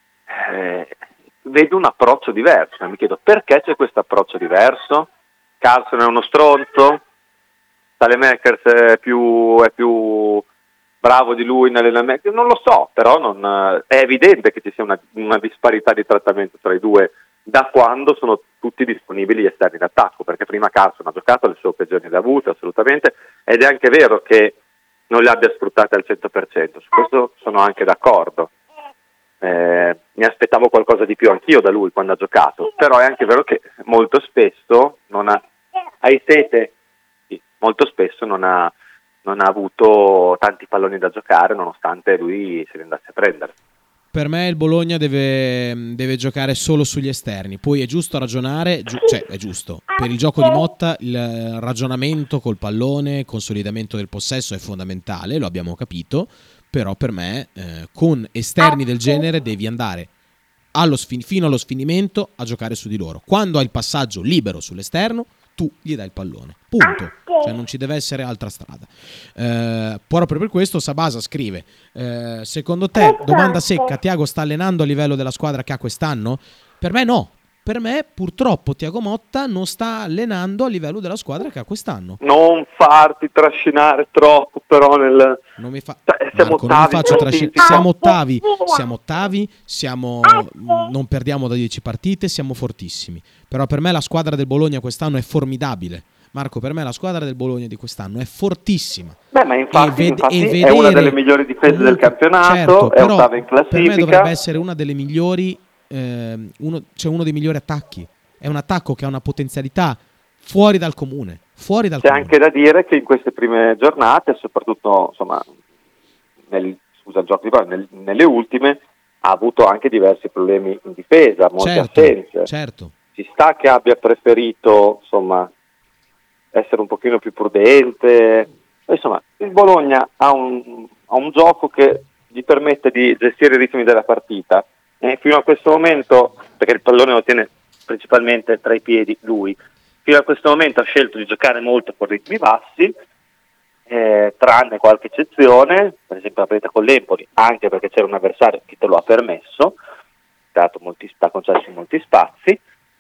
eh, vedo un approccio diverso, mi chiedo perché c'è questo approccio diverso. Carlson è uno stronzo, Salemaker è più, è più bravo di lui in allenamento, non lo so, però non, è evidente che ci sia una, una disparità di trattamento tra i due da quando sono tutti disponibili gli esterni d'attacco, perché prima Carlson ha giocato le sue occasioni le ha avute assolutamente, ed è anche vero che non le abbia sfruttate al cento per cento, su questo sono anche d'accordo. Eh, mi aspettavo qualcosa di più anch'io da lui quando ha giocato, però è anche vero che molto spesso non ha, hai sete, sì, molto spesso non ha non ha avuto tanti palloni da giocare nonostante lui se li andasse a prendere. Per me il Bologna deve, deve giocare solo sugli esterni, poi è giusto ragionare, giu- cioè è giusto, per il gioco di Motta il ragionamento col pallone, il consolidamento del possesso è fondamentale, lo abbiamo capito, però per me eh, con esterni del genere devi andare allo sfin- fino allo sfinimento a giocare su di loro. Quando hai il passaggio libero sull'esterno, tu gli dai il pallone, punto. Cioè non ci deve essere altra strada. Eh, proprio per questo Sabasa scrive eh, secondo te, domanda secca, Thiago sta allenando a livello della squadra che ha quest'anno? Per me no. Per me purtroppo Thiago Motta non sta allenando a livello della squadra che ha quest'anno. Non farti trascinare troppo però nel... Non mi fa... Cioè, siamo Marco, non mi faccio trascinare. fortissimi. Siamo ottavi, siamo ottavi, siamo... non perdiamo da dieci partite, siamo fortissimi. Però per me la squadra del Bologna quest'anno è formidabile. Marco, per me la squadra del Bologna di quest'anno è fortissima. Beh, ma infatti, ved- infatti vedere... è una delle migliori difese comunque, del campionato, certo, è ottava in classifica. Per me dovrebbe essere una delle migliori, eh, uno, cioè uno dei migliori attacchi. È un attacco che ha una potenzialità fuori dal comune. Fuori dal C'è comune. anche da dire che in queste prime giornate, soprattutto insomma, nel, scusa il gioco di parola, nel, nelle ultime, ha avuto anche diversi problemi in difesa, molte certo, assenze. Certo. Ci sta che abbia preferito insomma essere un pochino più prudente. Insomma, il Bologna ha un, ha un gioco che gli permette di gestire i ritmi della partita e fino a questo momento, perché il pallone lo tiene principalmente tra i piedi lui, fino a questo momento ha scelto di giocare molto con ritmi bassi, eh, tranne qualche eccezione, per esempio la partita con l'Empoli, anche perché c'era un avversario che te lo ha permesso, ha dato molti, ha concesso molti spazi,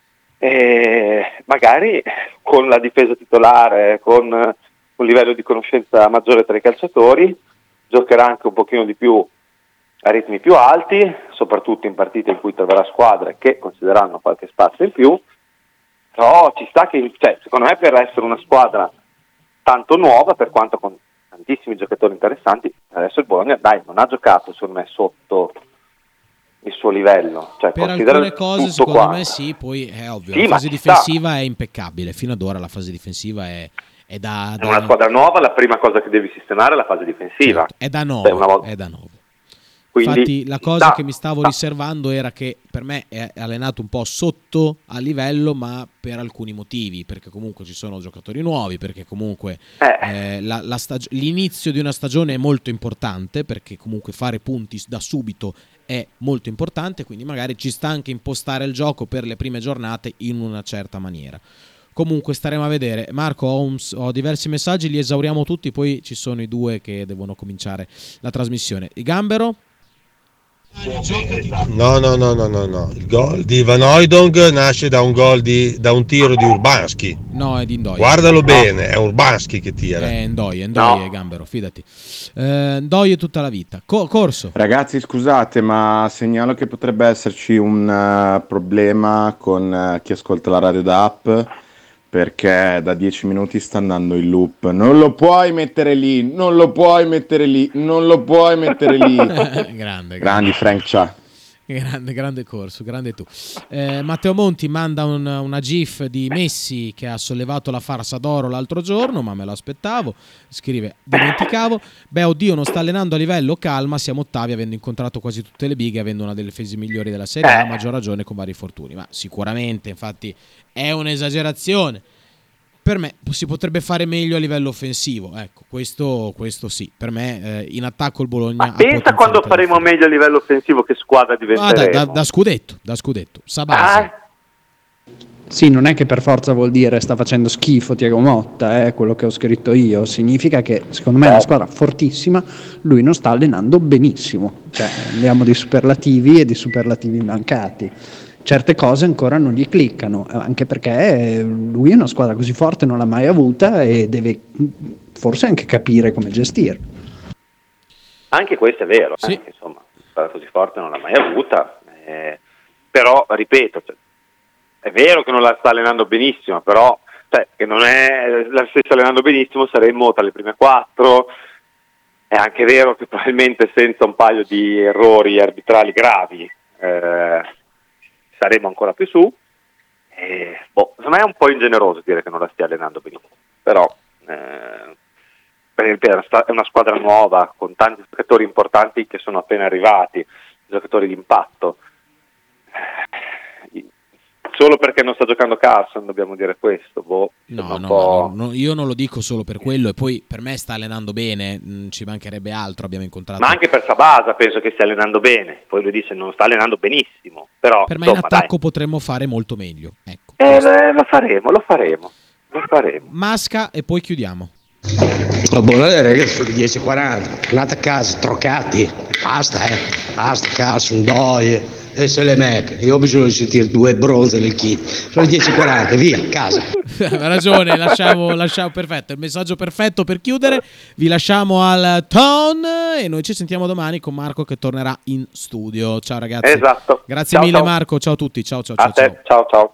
e magari con la difesa titolare, con un livello di conoscenza maggiore tra i calciatori, giocherà anche un pochino di più a ritmi più alti, soprattutto in partite in cui troverà squadre che considereranno qualche spazio in più, però ci sta che, cioè, secondo me per essere una squadra tanto nuova, per quanto con tantissimi giocatori interessanti, adesso il Bologna dai non ha giocato secondo me sotto il suo livello, cioè, per alcune cose secondo quanto. me sì, poi è ovvio, sì, la fase difensiva sta. È impeccabile, fino ad ora la fase difensiva è, è da, da... È una squadra nuova, la prima cosa che devi sistemare è la fase difensiva. Certo, è da nove, cioè, volta... è da nove. Quindi, infatti la cosa sta, che mi stavo sta. riservando era che per me è allenato un po' sotto a livello, ma per alcuni motivi, perché comunque ci sono giocatori nuovi, perché comunque eh. Eh, la, la stag- l'inizio di una stagione è molto importante, perché comunque fare punti da subito è molto importante, quindi magari ci sta anche impostare il gioco per le prime giornate in una certa maniera. Comunque staremo a vedere. Marco, ho, un, ho diversi messaggi, li esauriamo tutti, poi ci sono i due che devono cominciare la trasmissione. Il Gambero? No, no, no, no, no, no. Il gol di Van Hooijdonk nasce da un gol di da un tiro di Urbanski. No, è di Ndoye. Guardalo no. bene, è Urbanski che tira. È Ndoye, Ndoye, no. Gambero, fidati. Eh, Ndoye tutta la vita. Co- corso. Ragazzi, scusate, ma segnalo che potrebbe esserci un uh, problema con uh, chi ascolta la radio da app, perché da dieci minuti sta andando in loop. Non lo puoi mettere lì, non lo puoi mettere lì, non lo puoi mettere lì. grande, grande. Grandi Frank Cha. Grande, grande corso, grande tu. Eh, Matteo Monti manda un, una gif di Messi che ha sollevato la farsa d'oro l'altro giorno, ma me lo aspettavo. Scrive, dimenticavo. Beh, oddio, non sta allenando a livello, calma, siamo ottavi avendo incontrato quasi tutte le bighe, avendo una delle difese migliori della Serie A, a maggior ragione con vari infortuni. Ma sicuramente, infatti, è un'esagerazione. Per me si potrebbe fare meglio a livello offensivo, ecco, questo, questo sì. Per me eh, in attacco il Bologna. Ma pensa quando faremo meglio a livello offensivo che squadra diventeremo. Ah, da, da, da scudetto, da scudetto, Sabasa. Ah. Sì, non è che per forza vuol dire sta facendo schifo Thiago Motta, è eh, quello che ho scritto io. Significa che secondo me è una squadra fortissima, lui non sta allenando benissimo. Cioè, andiamo di superlativi e di superlativi mancati. Certe cose ancora non gli cliccano, anche perché lui è una squadra così forte non l'ha mai avuta e deve forse anche capire come gestire. Anche questo è vero, sì. eh, insomma, una squadra così forte non l'ha mai avuta, eh, però ripeto, cioè, è vero che non la sta allenando benissimo, però cioè, che non è la stessa allenando benissimo saremmo tra le prime quattro. È anche vero che probabilmente senza un paio di errori arbitrali gravi eh, saremo ancora più su. E, boh, secondo me è un po' ingeneroso dire che non la stia allenando benissimo, però eh, per esempio è una squadra nuova con tanti giocatori importanti che sono appena arrivati, giocatori di impatto. Solo perché non sta giocando Carson dobbiamo dire questo? Boh, no, no, po'... no, no, io non lo dico solo per quello, e poi per me sta allenando bene, mh, ci mancherebbe altro, abbiamo incontrato. Ma anche per Sabasa penso che stia allenando bene, poi lui dice non sta allenando benissimo, però per me insomma, in attacco dai. potremmo fare molto meglio, ecco. Eh, lo faremo, lo faremo, lo faremo. Masca e poi chiudiamo. Oh, buonasera ragazzi, sono le dieci e quaranta, andate a casa, troccati, basta eh, basta cazzo, un doie. E se le Mac, io ho bisogno di sentire due bronze nel kit. Sono le dieci e quaranta, via, casa. Ha ragione, lasciamo, lasciamo perfetto. Il messaggio perfetto per chiudere. Vi lasciamo al tone e noi ci sentiamo domani con Marco che tornerà in studio. Ciao ragazzi. Esatto. Grazie ciao, mille ciao. Marco, ciao a tutti. Ciao ciao a ciao. Te. ciao ciao.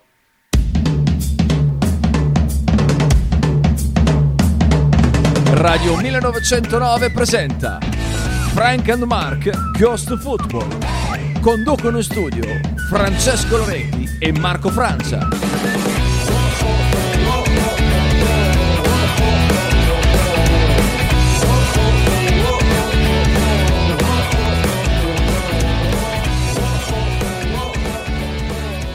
Radio millenovecentonove presenta Frank and Mark Ghost Football. Conducono in studio Francesco Loretti e Marco Francia.